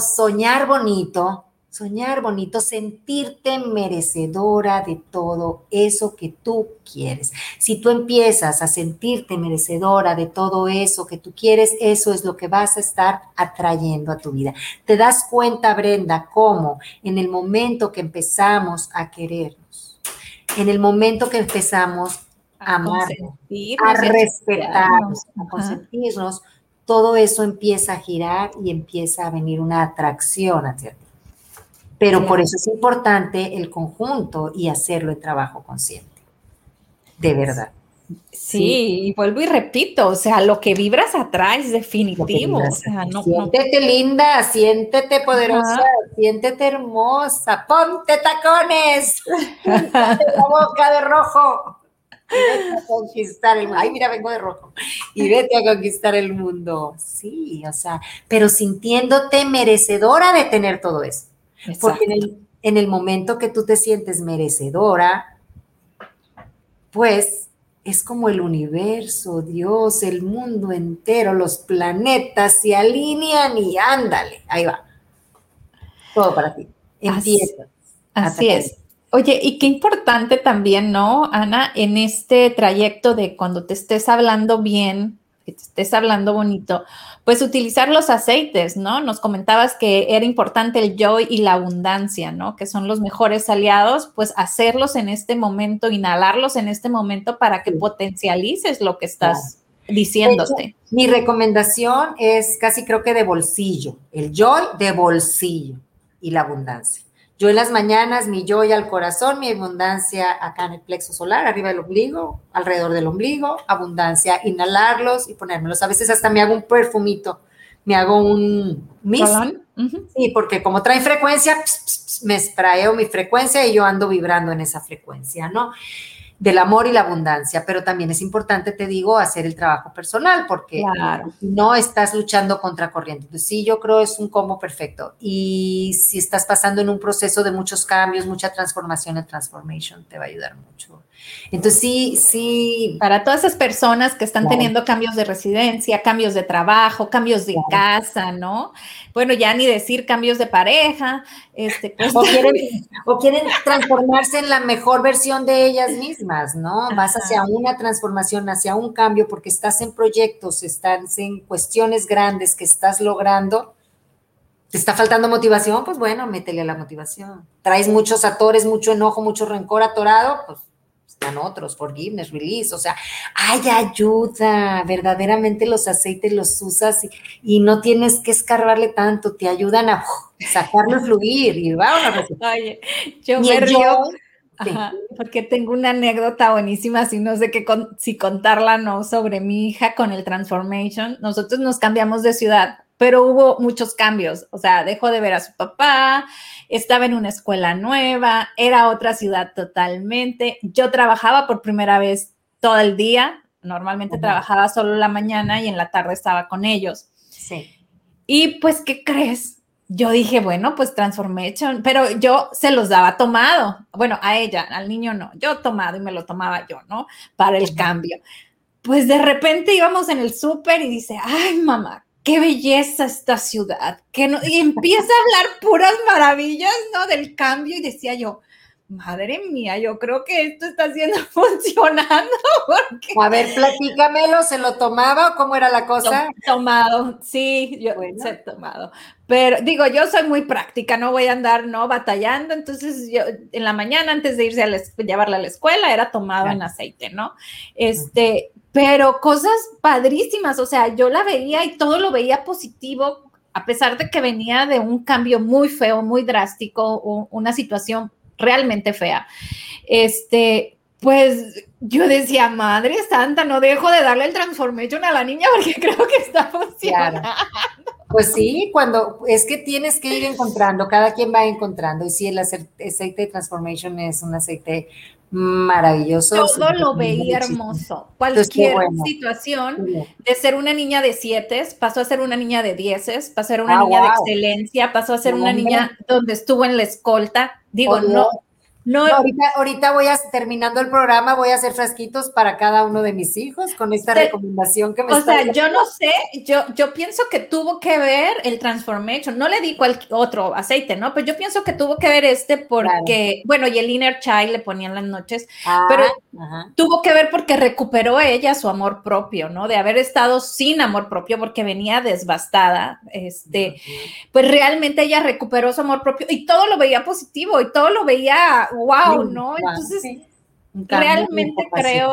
soñar bonito, sentirte merecedora de todo eso que tú quieres. Si tú empiezas a sentirte merecedora de todo eso que tú quieres, eso es lo que vas a estar atrayendo a tu vida. ¿Te das cuenta, Brenda, cómo en el momento que empezamos a querernos, en el momento que empezamos a amarnos, a respetarnos, a consentirnos, todo eso empieza a girar y empieza a venir una atracción hacia ti? Pero sí, por eso es importante el conjunto y hacerlo en trabajo consciente. De verdad. Sí, y vuelvo y repito, o sea, lo que vibras atraes, definitivo. O sea, siéntete linda, siéntete poderosa, siéntete hermosa, ponte tacones, píntate la boca de rojo y vete a conquistar el mundo. Ay, mira, vengo de rojo. Y vete a conquistar el mundo. Sí, o sea, pero sintiéndote merecedora de tener todo eso. Exacto. Porque en el momento que tú te sientes merecedora, pues es como el universo, Dios, el mundo entero, los planetas se alinean y ándale, ahí va. Todo para ti. Empieza. Así es. Oye, y qué importante también, ¿no, Ana? En este trayecto de cuando te estés hablando bien, que te estés hablando bonito, pues utilizar los aceites, ¿no? Nos comentabas que era importante el joy y la abundancia, ¿no? Que son los mejores aliados, pues hacerlos en este momento, inhalarlos en este momento para que potencialices lo que estás diciéndote. De hecho, mi recomendación es casi creo que de bolsillo, el joy de bolsillo y la abundancia. Yo en las mañanas, mi joy al corazón, mi abundancia acá en el plexo solar, arriba del ombligo, alrededor del ombligo, abundancia, inhalarlos y ponérmelos. A veces hasta me hago un perfumito, me hago un mist. Sí, porque como trae frecuencia, me extraeo mi frecuencia y yo ando vibrando en esa frecuencia, ¿no? Del amor y la abundancia, pero también es importante, te digo, hacer el trabajo personal, porque no estás luchando contra corriente. Entonces, sí, yo creo es un combo perfecto. Y si estás pasando en un proceso de muchos cambios, mucha transformación, el Transformation te va a ayudar mucho. Entonces, sí. Para todas esas personas que están teniendo cambios de residencia, cambios de trabajo, cambios de casa, ¿no? Bueno, ya ni decir cambios de pareja. Pues, o quieren transformarse en la mejor versión de ellas mismas, ¿no? Vas hacia una transformación, hacia un cambio, porque estás en proyectos, estás en cuestiones grandes que estás logrando. ¿Te está faltando motivación? Pues bueno, métele a la motivación. ¿Traes muchos atores, mucho enojo, mucho rencor atorado? Pues están otros, forgiveness, release, o sea, hay ayuda, verdaderamente los aceites los usas y no tienes que escarbarle tanto, te ayudan a sacarlo y fluir y vámonos. Oye, yo me río porque tengo una anécdota buenísima, si no sé si contarla no, sobre mi hija con el Transformation. Nosotros nos cambiamos de ciudad, pero hubo muchos cambios, o sea, dejó de ver a su papá, estaba en una escuela nueva, era otra ciudad totalmente. Yo trabajaba por primera vez todo el día, normalmente trabajaba solo la mañana y en la tarde estaba con ellos. Sí. Y pues, ¿qué crees? Yo dije, bueno, pues Transformation, pero yo se los daba tomado. Bueno, a ella, al niño no, yo tomado y me lo tomaba yo, ¿no? Para el cambio. Pues de repente íbamos en el súper y dice, ay, mamá, qué belleza esta ciudad, que no, y empieza a hablar puras maravillas, ¿no? Del cambio y decía yo, madre mía, yo creo que esto está haciendo funcionando. Porque... A ver, platícamelo, ¿se lo tomaba o cómo era la cosa? Tomado, sí, yo se he tomado. Pero digo, yo soy muy práctica, no voy a andar batallando, entonces yo en la mañana antes de irse a llevarla a la escuela era tomado en aceite, ¿no? Pero cosas padrísimas, o sea, yo la veía y todo lo veía positivo, a pesar de que venía de un cambio muy feo, muy drástico, una situación realmente fea. Pues yo decía, madre santa, no dejo de darle el transformation a la niña porque creo que está funcionando. Claro. Pues sí, cuando es que tienes que ir encontrando, cada quien va encontrando. Y sí, el aceite de transformation es un aceite maravilloso. Todo lo veía hermoso. Cualquier situación, de ser una niña de 7 pasó a ser una niña de 10, pasó a ser una niña de excelencia, pasó a ser una niña donde estuvo en la escolta. Digo, no, ahorita terminando el programa, voy a hacer frasquitos para cada uno de mis hijos con esta recomendación que me está dando. Yo no sé, yo pienso que tuvo que ver el transformation, no le di cualquier otro aceite, ¿no? Pero yo pienso que tuvo que ver porque, bueno, y el Inner Child le ponían las noches, pero tuvo que ver porque recuperó ella su amor propio, ¿no? De haber estado sin amor propio porque venía devastada, pues realmente ella recuperó su amor propio y todo lo veía positivo y todo lo veía wow, ¿no? Entonces, realmente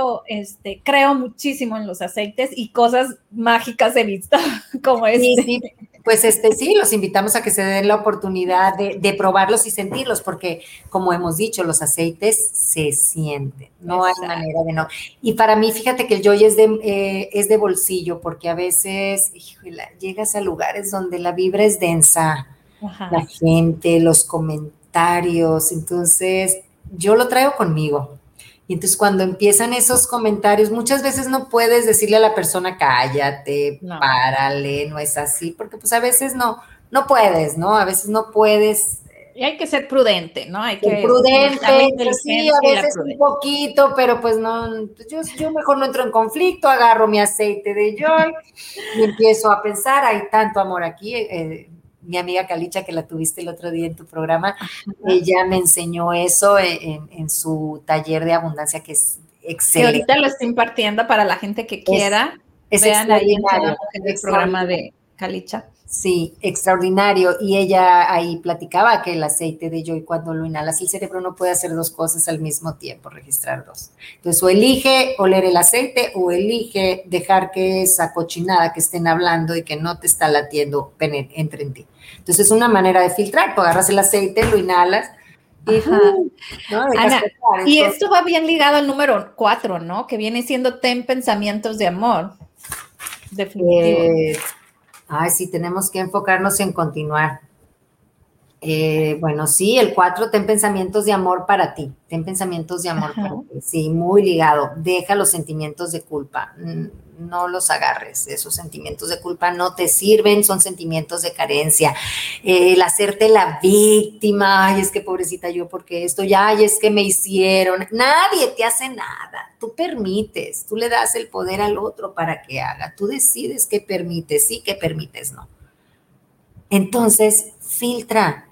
creo muchísimo en los aceites y cosas mágicas he visto como Sí, pues sí, los invitamos a que se den la oportunidad de probarlos y sentirlos, porque como hemos dicho, los aceites se sienten, no hay manera de no. Y para mí, fíjate que el Joy es de bolsillo, porque a veces, híjole, llegas a lugares donde la vibra es densa, la gente, los comentarios, entonces yo lo traigo conmigo. Y entonces cuando empiezan esos comentarios, muchas veces no puedes decirle a la persona, cállate, párale, no es así, porque pues a veces no puedes, ¿no? A veces no puedes. Y hay que ser prudente, ¿no? Hay que ser prudente, sí, a veces un poquito, pero pues no, yo mejor no entro en conflicto, agarro mi aceite de Joy y empiezo a pensar, hay tanto amor aquí. Mi amiga Calicha, que la tuviste el otro día en tu programa, ella me enseñó eso en su taller de abundancia, que es excelente. Que ahorita lo estoy impartiendo para la gente que quiera. Vean ahí en el programa de Calicha. Sí, extraordinario. Y ella ahí platicaba que el aceite de Joy, cuando lo inhalas, el cerebro no puede hacer dos cosas al mismo tiempo, registrar dos. Entonces, o elige oler el aceite o elige dejar que esa cochinada que estén hablando y que no te está latiendo entre en ti. Entonces, es una manera de filtrar. Tú agarras el aceite, lo inhalas. ¿no? Ana, y esto va bien ligado al número 4, ¿no? Que viene siendo ten pensamientos de amor. Definitivo. Sí, tenemos que enfocarnos en continuar. Bueno, sí, el 4, ten pensamientos de amor para ti. Ten pensamientos de amor para ti. Sí, muy ligado. Deja los sentimientos de culpa. No los agarres. Esos sentimientos de culpa no te sirven, son sentimientos de carencia. El hacerte la víctima, ay, es que pobrecita yo, porque esto, ay, es que me hicieron. Nadie te hace nada. Tú permites, tú le das el poder al otro para que haga. Tú decides qué permites sí, qué permites no. Entonces, filtra,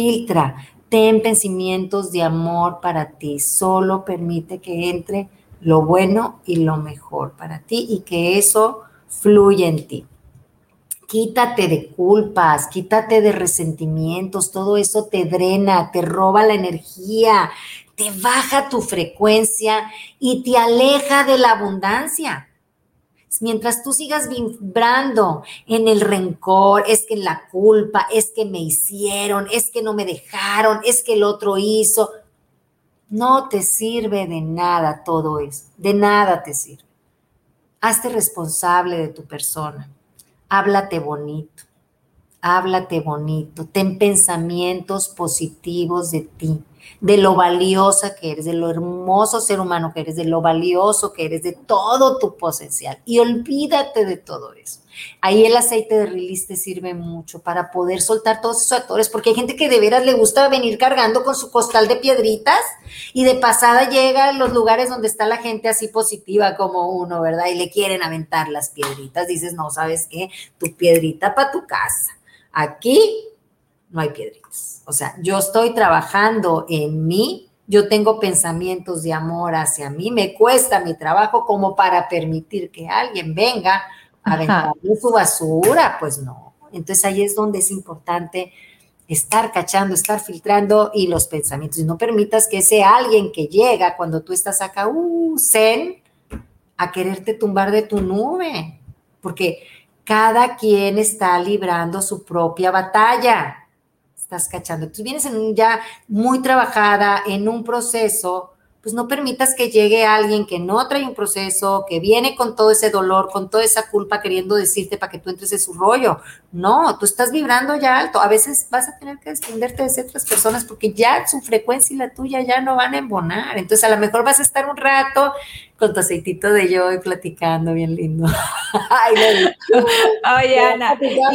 ten pensamientos de amor para ti, solo permite que entre lo bueno y lo mejor para ti y que eso fluya en ti. Quítate de culpas, quítate de resentimientos, todo eso te drena, te roba la energía, te baja tu frecuencia y te aleja de la abundancia. Mientras tú sigas vibrando en el rencor, es que en la culpa, es que me hicieron, es que no me dejaron, es que el otro hizo, no te sirve de nada todo eso, de nada te sirve. Hazte responsable de tu persona, háblate bonito, ten pensamientos positivos de ti, de lo valiosa que eres, de lo hermoso ser humano que eres, de lo valioso que eres, de todo tu potencial y olvídate de todo eso. Ahí el aceite de release te sirve mucho para poder soltar todos esos actores, porque hay gente que de veras le gusta venir cargando con su costal de piedritas y de pasada llega a los lugares donde está la gente así positiva como uno, ¿verdad? Y le quieren aventar las piedritas. Dices, no, ¿sabes qué? Tu piedrita para tu casa. Aquí no hay piedritas. O sea, yo estoy trabajando en mí, yo tengo pensamientos de amor hacia mí, me cuesta mi trabajo como para permitir que alguien venga a aventarle su basura, pues no. Entonces ahí es donde es importante estar cachando, estar filtrando y los pensamientos. Y no permitas que ese alguien que llega cuando tú estás acá, zen, a quererte tumbar de tu nube, porque cada quien está librando su propia batalla. Estás cachando. Tú vienes ya muy trabajada en un proceso, pues no permitas que llegue alguien que no trae un proceso, que viene con todo ese dolor, con toda esa culpa queriendo decirte para que tú entres en su rollo. No, tú estás vibrando ya alto. A veces vas a tener que desprenderte de ciertas personas porque ya su frecuencia y la tuya ya no van a embonar. Entonces a lo mejor vas a estar un rato con tu aceitito de yo y platicando bien lindo. Ay, oye, Ana,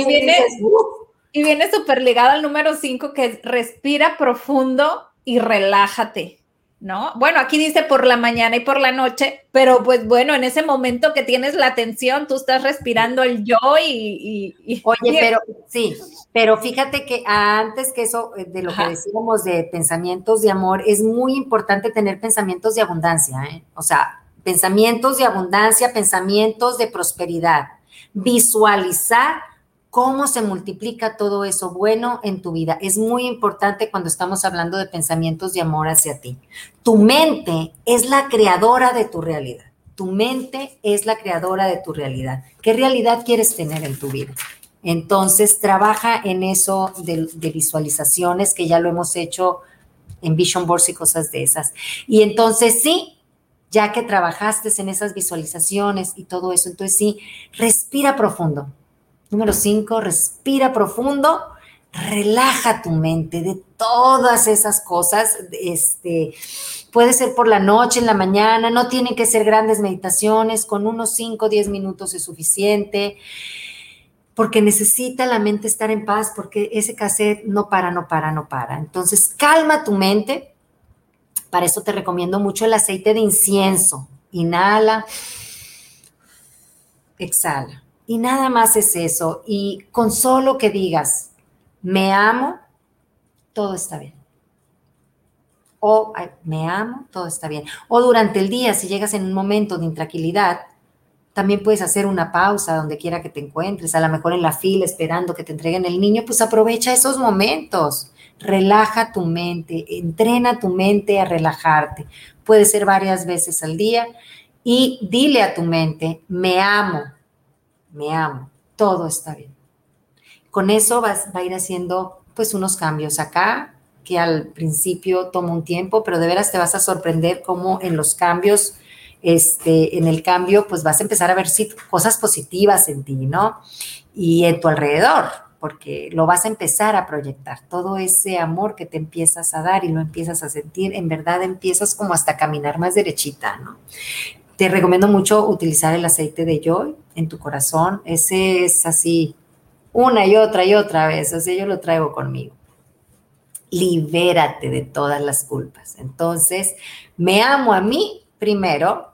y viene súper ligado al número 5, que es respira profundo y relájate, ¿no? Bueno, aquí dice por la mañana y por la noche, pero pues bueno, en ese momento que tienes la atención, tú estás respirando el yo Oye, pero sí, pero fíjate que antes que eso, de lo que decíamos de pensamientos de amor, es muy importante tener pensamientos de abundancia, ¿eh? O sea, pensamientos de abundancia, pensamientos de prosperidad, visualizar cómo se multiplica todo eso bueno en tu vida. Es muy importante cuando estamos hablando de pensamientos de amor hacia ti. Tu mente es la creadora de tu realidad. Tu mente es la creadora de tu realidad. ¿Qué realidad quieres tener en tu vida? Entonces, trabaja en eso de visualizaciones, que ya lo hemos hecho en Vision Boards y cosas de esas. Y entonces, sí, ya que trabajaste en esas visualizaciones y todo eso, entonces sí, respira profundo. Número 5, respira profundo, relaja tu mente de todas esas cosas. Puede ser por la noche, en la mañana, no tienen que ser grandes meditaciones, con unos 5 o 10 minutos es suficiente, porque necesita la mente estar en paz, porque ese cassette no para. Entonces, calma tu mente. Para eso te recomiendo mucho el aceite de incienso. Inhala, exhala. Y nada más es eso. Y con solo que digas, me amo, todo está bien. O me amo, todo está bien. O durante el día, si llegas en un momento de intranquilidad, también puedes hacer una pausa donde quiera que te encuentres, a lo mejor en la fila esperando que te entreguen el niño, pues aprovecha esos momentos. Relaja tu mente, entrena tu mente a relajarte. Puede ser varias veces al día y dile a tu mente, me amo, todo está bien. Con eso va a ir haciendo pues unos cambios acá, que al principio toma un tiempo, pero de veras te vas a sorprender cómo en los cambios, en el cambio, pues vas a empezar a ver cosas positivas en ti, ¿no? Y en tu alrededor, porque lo vas a empezar a proyectar, todo ese amor que te empiezas a dar y lo empiezas a sentir, en verdad empiezas como hasta a caminar más derechita, ¿no? Te recomiendo mucho utilizar el aceite de Joy en tu corazón. Ese es así una y otra vez. O sea, yo lo traigo conmigo. Libérate de todas las culpas. Entonces, me amo a mí primero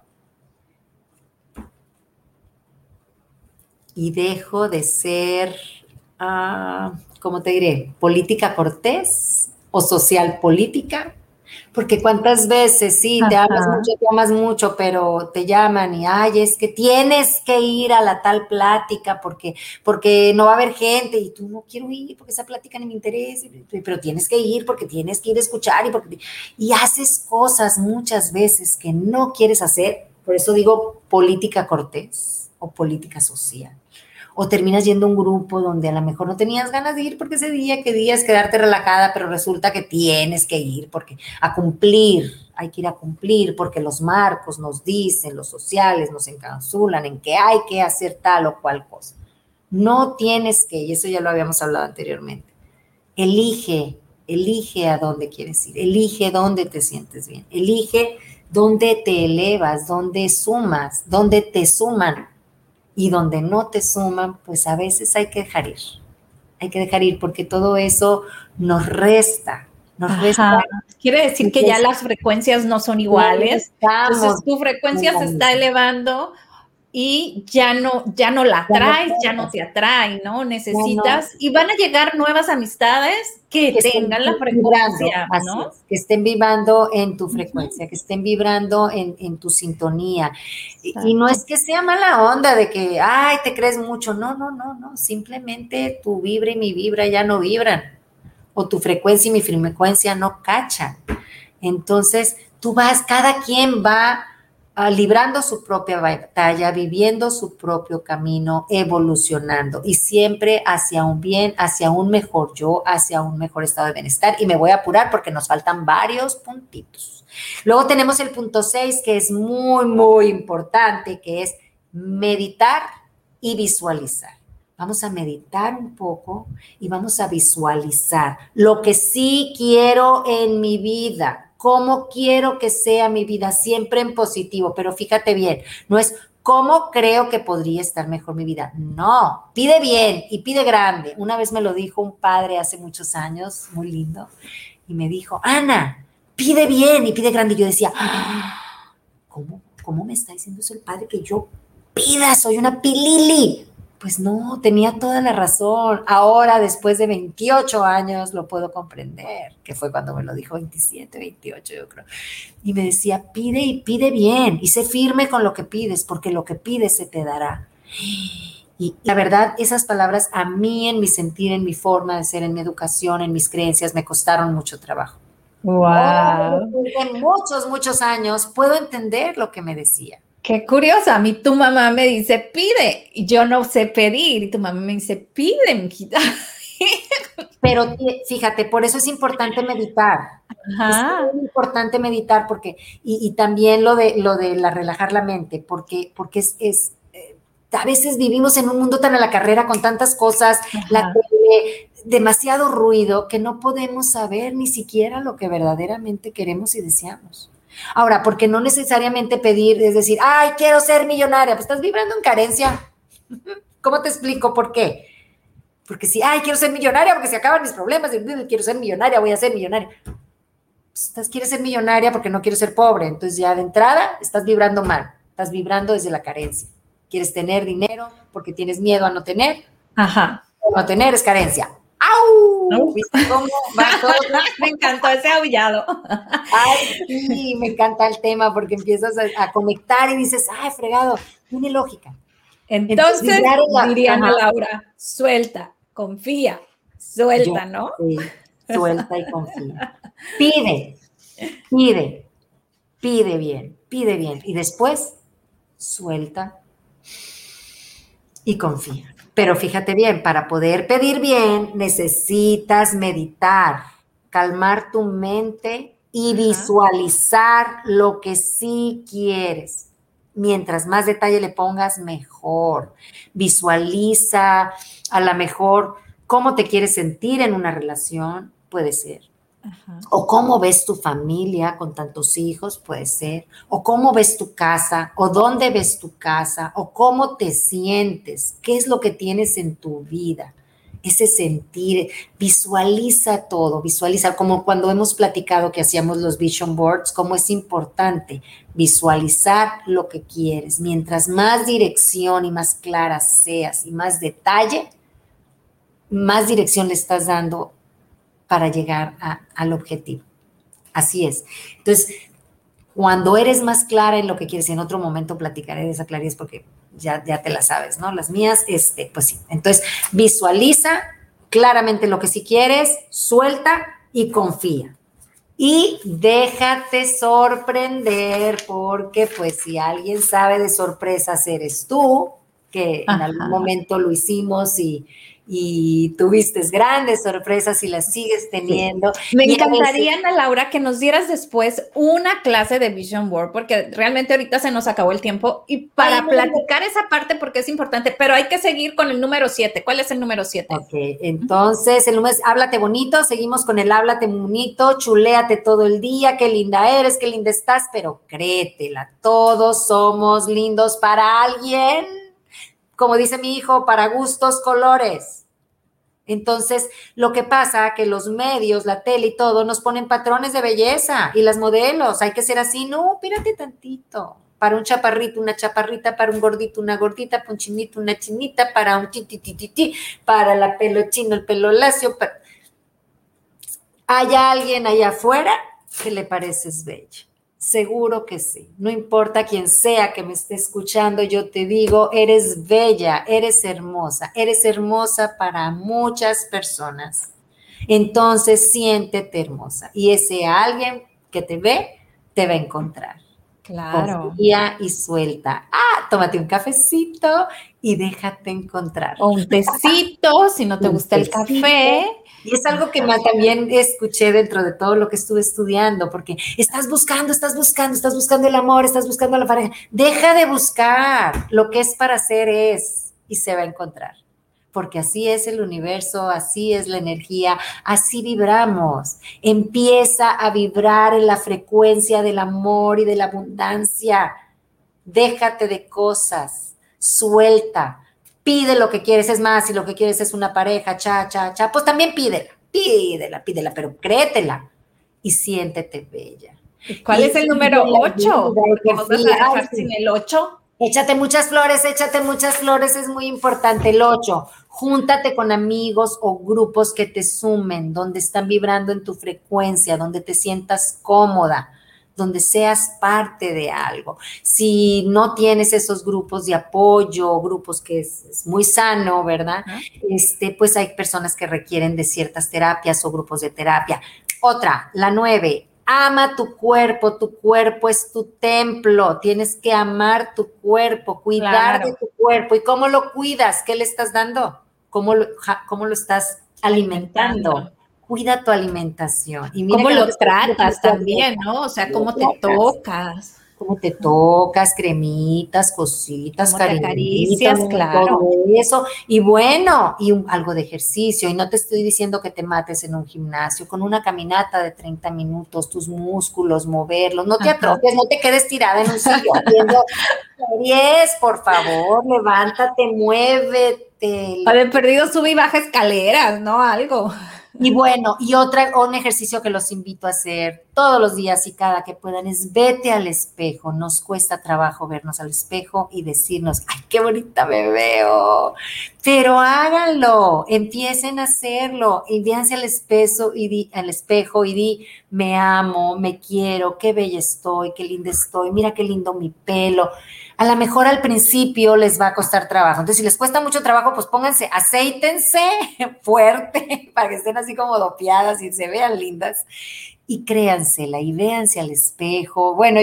y dejo de ser, ¿cómo te diré? Política cortés o social política. Porque cuántas veces, sí, te amas mucho, pero te llaman y, ay, es que tienes que ir a la tal plática porque no va a haber gente y tú no quiero ir porque esa plática ni me interesa, pero tienes que ir porque tienes que ir a escuchar y haces cosas muchas veces que no quieres hacer. Por eso digo política cortés o política social. O terminas yendo a un grupo donde a lo mejor no tenías ganas de ir porque ese día querías quedarte relajada, pero resulta que tienes que ir porque a cumplir, hay que ir a cumplir porque los marcos nos dicen, los sociales nos encapsulan en que hay que hacer tal o cual cosa. No tienes que, y eso ya lo habíamos hablado anteriormente. Elige a dónde quieres ir, elige dónde te sientes bien, elige dónde te elevas, dónde sumas, dónde te suman. Y donde no te suman, pues a veces hay que dejar ir. Hay que dejar ir porque todo eso nos resta. Quiere decir que ya las frecuencias no son iguales. Entonces tu frecuencia se está elevando y ya no la atraes, ya no te atrae, ¿no? Necesitas, y van a llegar nuevas amistades que tengan la frecuencia, ¿no? Que estén vibrando en tu frecuencia, que estén vibrando en tu sintonía. Y no es que sea mala onda de que, ay, te crees mucho. No, simplemente tu vibra y mi vibra ya no vibran, o tu frecuencia y mi frecuencia no cachan. Entonces, cada quien va librando su propia batalla, viviendo su propio camino, evolucionando y siempre hacia un bien, hacia un mejor yo, hacia un mejor estado de bienestar. Y me voy a apurar porque nos faltan varios puntitos. Luego tenemos el punto 6, que es muy, muy importante, que es meditar y visualizar. Vamos a meditar un poco y vamos a visualizar lo que sí quiero en mi vida, cómo quiero que sea mi vida, siempre en positivo. Pero fíjate bien, no es cómo creo que podría estar mejor mi vida. No, pide bien y pide grande. Una vez me lo dijo un padre hace muchos años, muy lindo, y me dijo, Ana, pide bien y pide grande. Y yo decía, ¿cómo me está diciendo eso el padre que yo pida? Soy una pilili. Pues no, tenía toda la razón. Ahora, después de 28 años, lo puedo comprender, que fue cuando me lo dijo, 27, 28, yo creo. Y me decía, pide y pide bien, y sé firme con lo que pides, porque lo que pides se te dará. Y la verdad, esas palabras a mí, en mi sentir, en mi forma de ser, en mi educación, en mis creencias, me costaron mucho trabajo. Wow. Después de muchos años, puedo entender lo que me decía. Qué curioso, a mí tu mamá me dice, pide, y yo no sé pedir, y tu mamá me dice, pide, mijita. Pero fíjate, por eso es importante meditar. Ajá. Es muy importante meditar porque, y también lo de relajar la mente, porque a veces vivimos en un mundo tan a la carrera con tantas cosas, la tele, demasiado ruido, que no podemos saber ni siquiera lo que verdaderamente queremos y deseamos. Ahora, porque no necesariamente pedir, es decir, ay, quiero ser millonaria, pues estás vibrando en carencia. ¿Cómo te explico por qué? Porque si, ay, quiero ser millonaria porque se acaban mis problemas, quiero ser millonaria, voy a ser millonaria. Pues, quieres ser millonaria porque no quiero ser pobre, entonces ya de entrada estás vibrando mal, estás vibrando desde la carencia. Quieres tener dinero porque tienes miedo a no tener. Ajá. No tener es carencia. ¡Au! No. ¿Viste cómo va todo? Me encantó ese aullado. Ay, sí, me encanta el tema porque empiezas a conectar y dices, ay, fregado, tiene lógica. Entonces diría Ana Laura, suelta, confía, suelta, ¿no? Sí, suelta y confía. Pide bien. Y después, suelta y confía. Pero fíjate bien, para poder pedir bien, necesitas meditar, calmar tu mente y visualizar lo que sí quieres. Mientras más detalle le pongas, mejor. Visualiza a lo mejor cómo te quieres sentir en una relación, puede ser. O cómo ves tu familia con tantos hijos, puede ser. O cómo ves tu casa, o dónde ves tu casa, o cómo te sientes, qué es lo que tienes en tu vida. Ese sentir, visualiza todo, visualiza, como cuando hemos platicado que hacíamos los vision boards, cómo es importante visualizar lo que quieres. Mientras más dirección y más clara seas y más detalle, más dirección le estás dando para llegar al objetivo. Así es. Entonces, cuando eres más clara en lo que quieres, y en otro momento platicaré de esa claridad porque ya te la sabes, ¿no? Las mías, pues sí. Entonces, visualiza claramente lo que sí quieres, suelta y confía. Y déjate sorprender porque, pues, si alguien sabe de sorpresas, eres tú, que en algún momento lo hicimos y tuviste grandes sorpresas y las sigues teniendo. Me encantaría, Ana Laura, que nos dieras después una clase de Vision Board, porque realmente ahorita se nos acabó el tiempo, y para platicar esa parte, porque es importante, pero hay que seguir con el número 7. ¿Cuál es el número 7? Ok, entonces el número es háblate bonito, seguimos con el háblate bonito, chuléate todo el día, qué linda eres, qué linda estás, pero créetela, todos somos lindos para alguien, como dice mi hijo, para gustos, colores. Entonces, lo que pasa que los medios, la tele y todo nos ponen patrones de belleza y las modelos, hay que ser así, no, espérate tantito. para un chaparrito, una chaparrita, para un gordito, una gordita, para un chinito, una chinita, para un ti, para la pelo chino, el pelo lacio. ¿Hay alguien allá afuera que le pareces bella? Seguro que sí. No importa quién sea que me esté escuchando, yo te digo, eres bella, eres hermosa para muchas personas. Entonces siéntete hermosa y ese alguien que te ve, te va a encontrar. Claro. Confía y suelta. Tómate un cafecito y déjate encontrar. O un tecito, si no te gusta el café. Y es algo que también escuché dentro de todo lo que estuve estudiando, porque estás buscando el amor, estás buscando la pareja. Deja de buscar, lo que es para hacer es, y se va a encontrar. Porque así es el universo, así es la energía, así vibramos. Empieza a vibrar en la frecuencia del amor y de la abundancia. Déjate de cosas, suelta. Pide lo que quieres, es más, si lo que quieres es una pareja, pues también pídela, pero créetela y siéntete bella. ¿Y cuál es el número 8? Porque nos vas a dejar sin el 8. Échate muchas flores, es muy importante. El 8, júntate con amigos o grupos que te sumen, donde están vibrando en tu frecuencia, donde te sientas cómoda, donde seas parte de algo. Si no tienes esos grupos de apoyo, grupos que es muy sano, ¿verdad? Pues hay personas que requieren de ciertas terapias o grupos de terapia. Otra, la 9, ama tu cuerpo es tu templo, tienes que amar tu cuerpo, cuidar de tu cuerpo. ¿Y cómo lo cuidas? ¿Qué le estás dando? ¿Cómo lo estás alimentando? Cuida tu alimentación. Y mira cómo lo tratas también, ¿no? O sea, cómo te tocas. Cómo te tocas, cremitas, cositas, caricias, claro. Todo eso. Y bueno, y algo de ejercicio. Y no te estoy diciendo que te mates en un gimnasio, con una caminata de 30 minutos, tus músculos, moverlos. No te atrofies, no te quedes tirada en un sillón viendo series, por favor, levántate, muévete. Para el perdido sube y baja escaleras, ¿no? Algo. Y bueno, y un ejercicio que los invito a hacer todos los días y cada que puedan es vete al espejo. Nos cuesta trabajo vernos al espejo y decirnos, ¡ay, qué bonita me veo! Pero háganlo, empiecen a hacerlo y véanse al espejo y di, me amo, me quiero, qué bella estoy, qué linda estoy, mira qué lindo mi pelo. A lo mejor al principio les va a costar trabajo. Entonces, si les cuesta mucho trabajo, pues pónganse, acéitense fuerte para que estén así como dopeadas y se vean lindas. Y créansela y véanse al espejo. Bueno,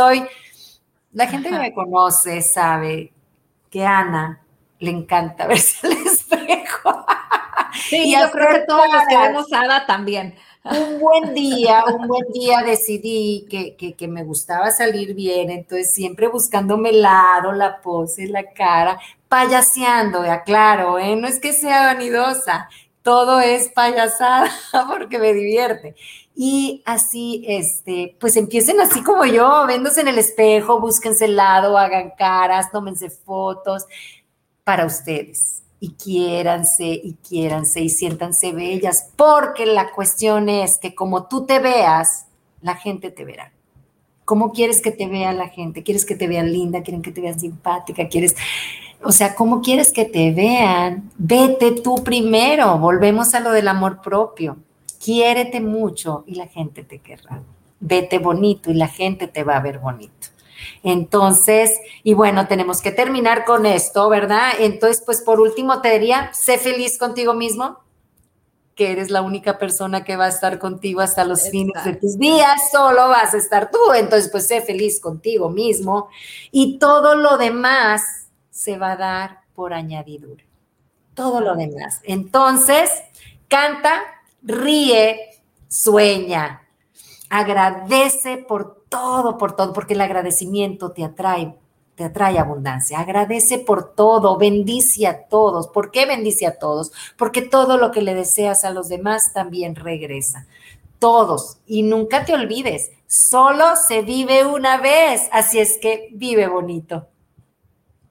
la gente que me conoce sabe que a Ana le encanta verse al espejo. Sí, yo creo que todos los que vemos Ada también. Un buen día decidí que me gustaba salir bien, entonces siempre buscándome el lado, la pose, la cara, payaseando, claro, no es que sea vanidosa, todo es payasada porque me divierte. Y así, pues empiecen así como yo, viéndose en el espejo, búsquense el lado, hagan caras, tómense fotos para ustedes. Y quiéranse y siéntanse bellas, porque la cuestión es que como tú te veas, la gente te verá. ¿Cómo quieres que te vea la gente? ¿Quieres que te vean linda? ¿Quieren que te vean simpática? ¿Cómo quieres que te vean? Vete tú primero. Volvemos a lo del amor propio. Quiérete mucho y la gente te querrá. Vete bonito y la gente te va a ver bonito. Entonces, y bueno, tenemos que terminar con esto, ¿verdad? Entonces, pues por último te diría, sé feliz contigo mismo, que eres la única persona que va a estar contigo hasta los fines de tus días, solo vas a estar tú, entonces pues sé feliz contigo mismo y todo lo demás se va a dar por añadidura, todo lo demás. Entonces, canta, ríe, sueña. Agradece por todo, porque el agradecimiento te atrae abundancia. Agradece por todo, bendice a todos. ¿Por qué bendice a todos? Porque todo lo que le deseas a los demás también regresa. Todos. Y nunca te olvides, solo se vive una vez, así es que vive bonito.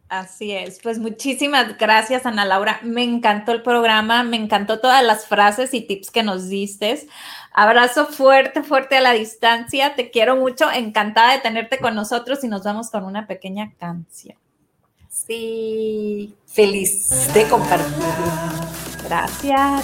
Así es, pues muchísimas gracias, Ana Laura. Me encantó el programa, me encantó todas las frases y tips que nos diste. Abrazo fuerte, fuerte a la distancia. Te quiero mucho, encantada de tenerte con nosotros y nos vamos con una pequeña canción. Sí, feliz de compartirlo. Gracias.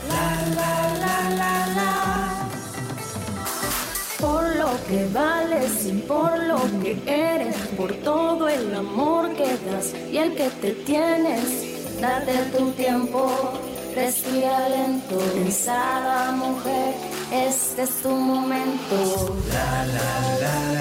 Por lo que vales y por lo que eres, por todo el amor que das y el que te tienes, date tu tiempo, respira lento, pensada mujer, este es tu momento. La, la, la, la.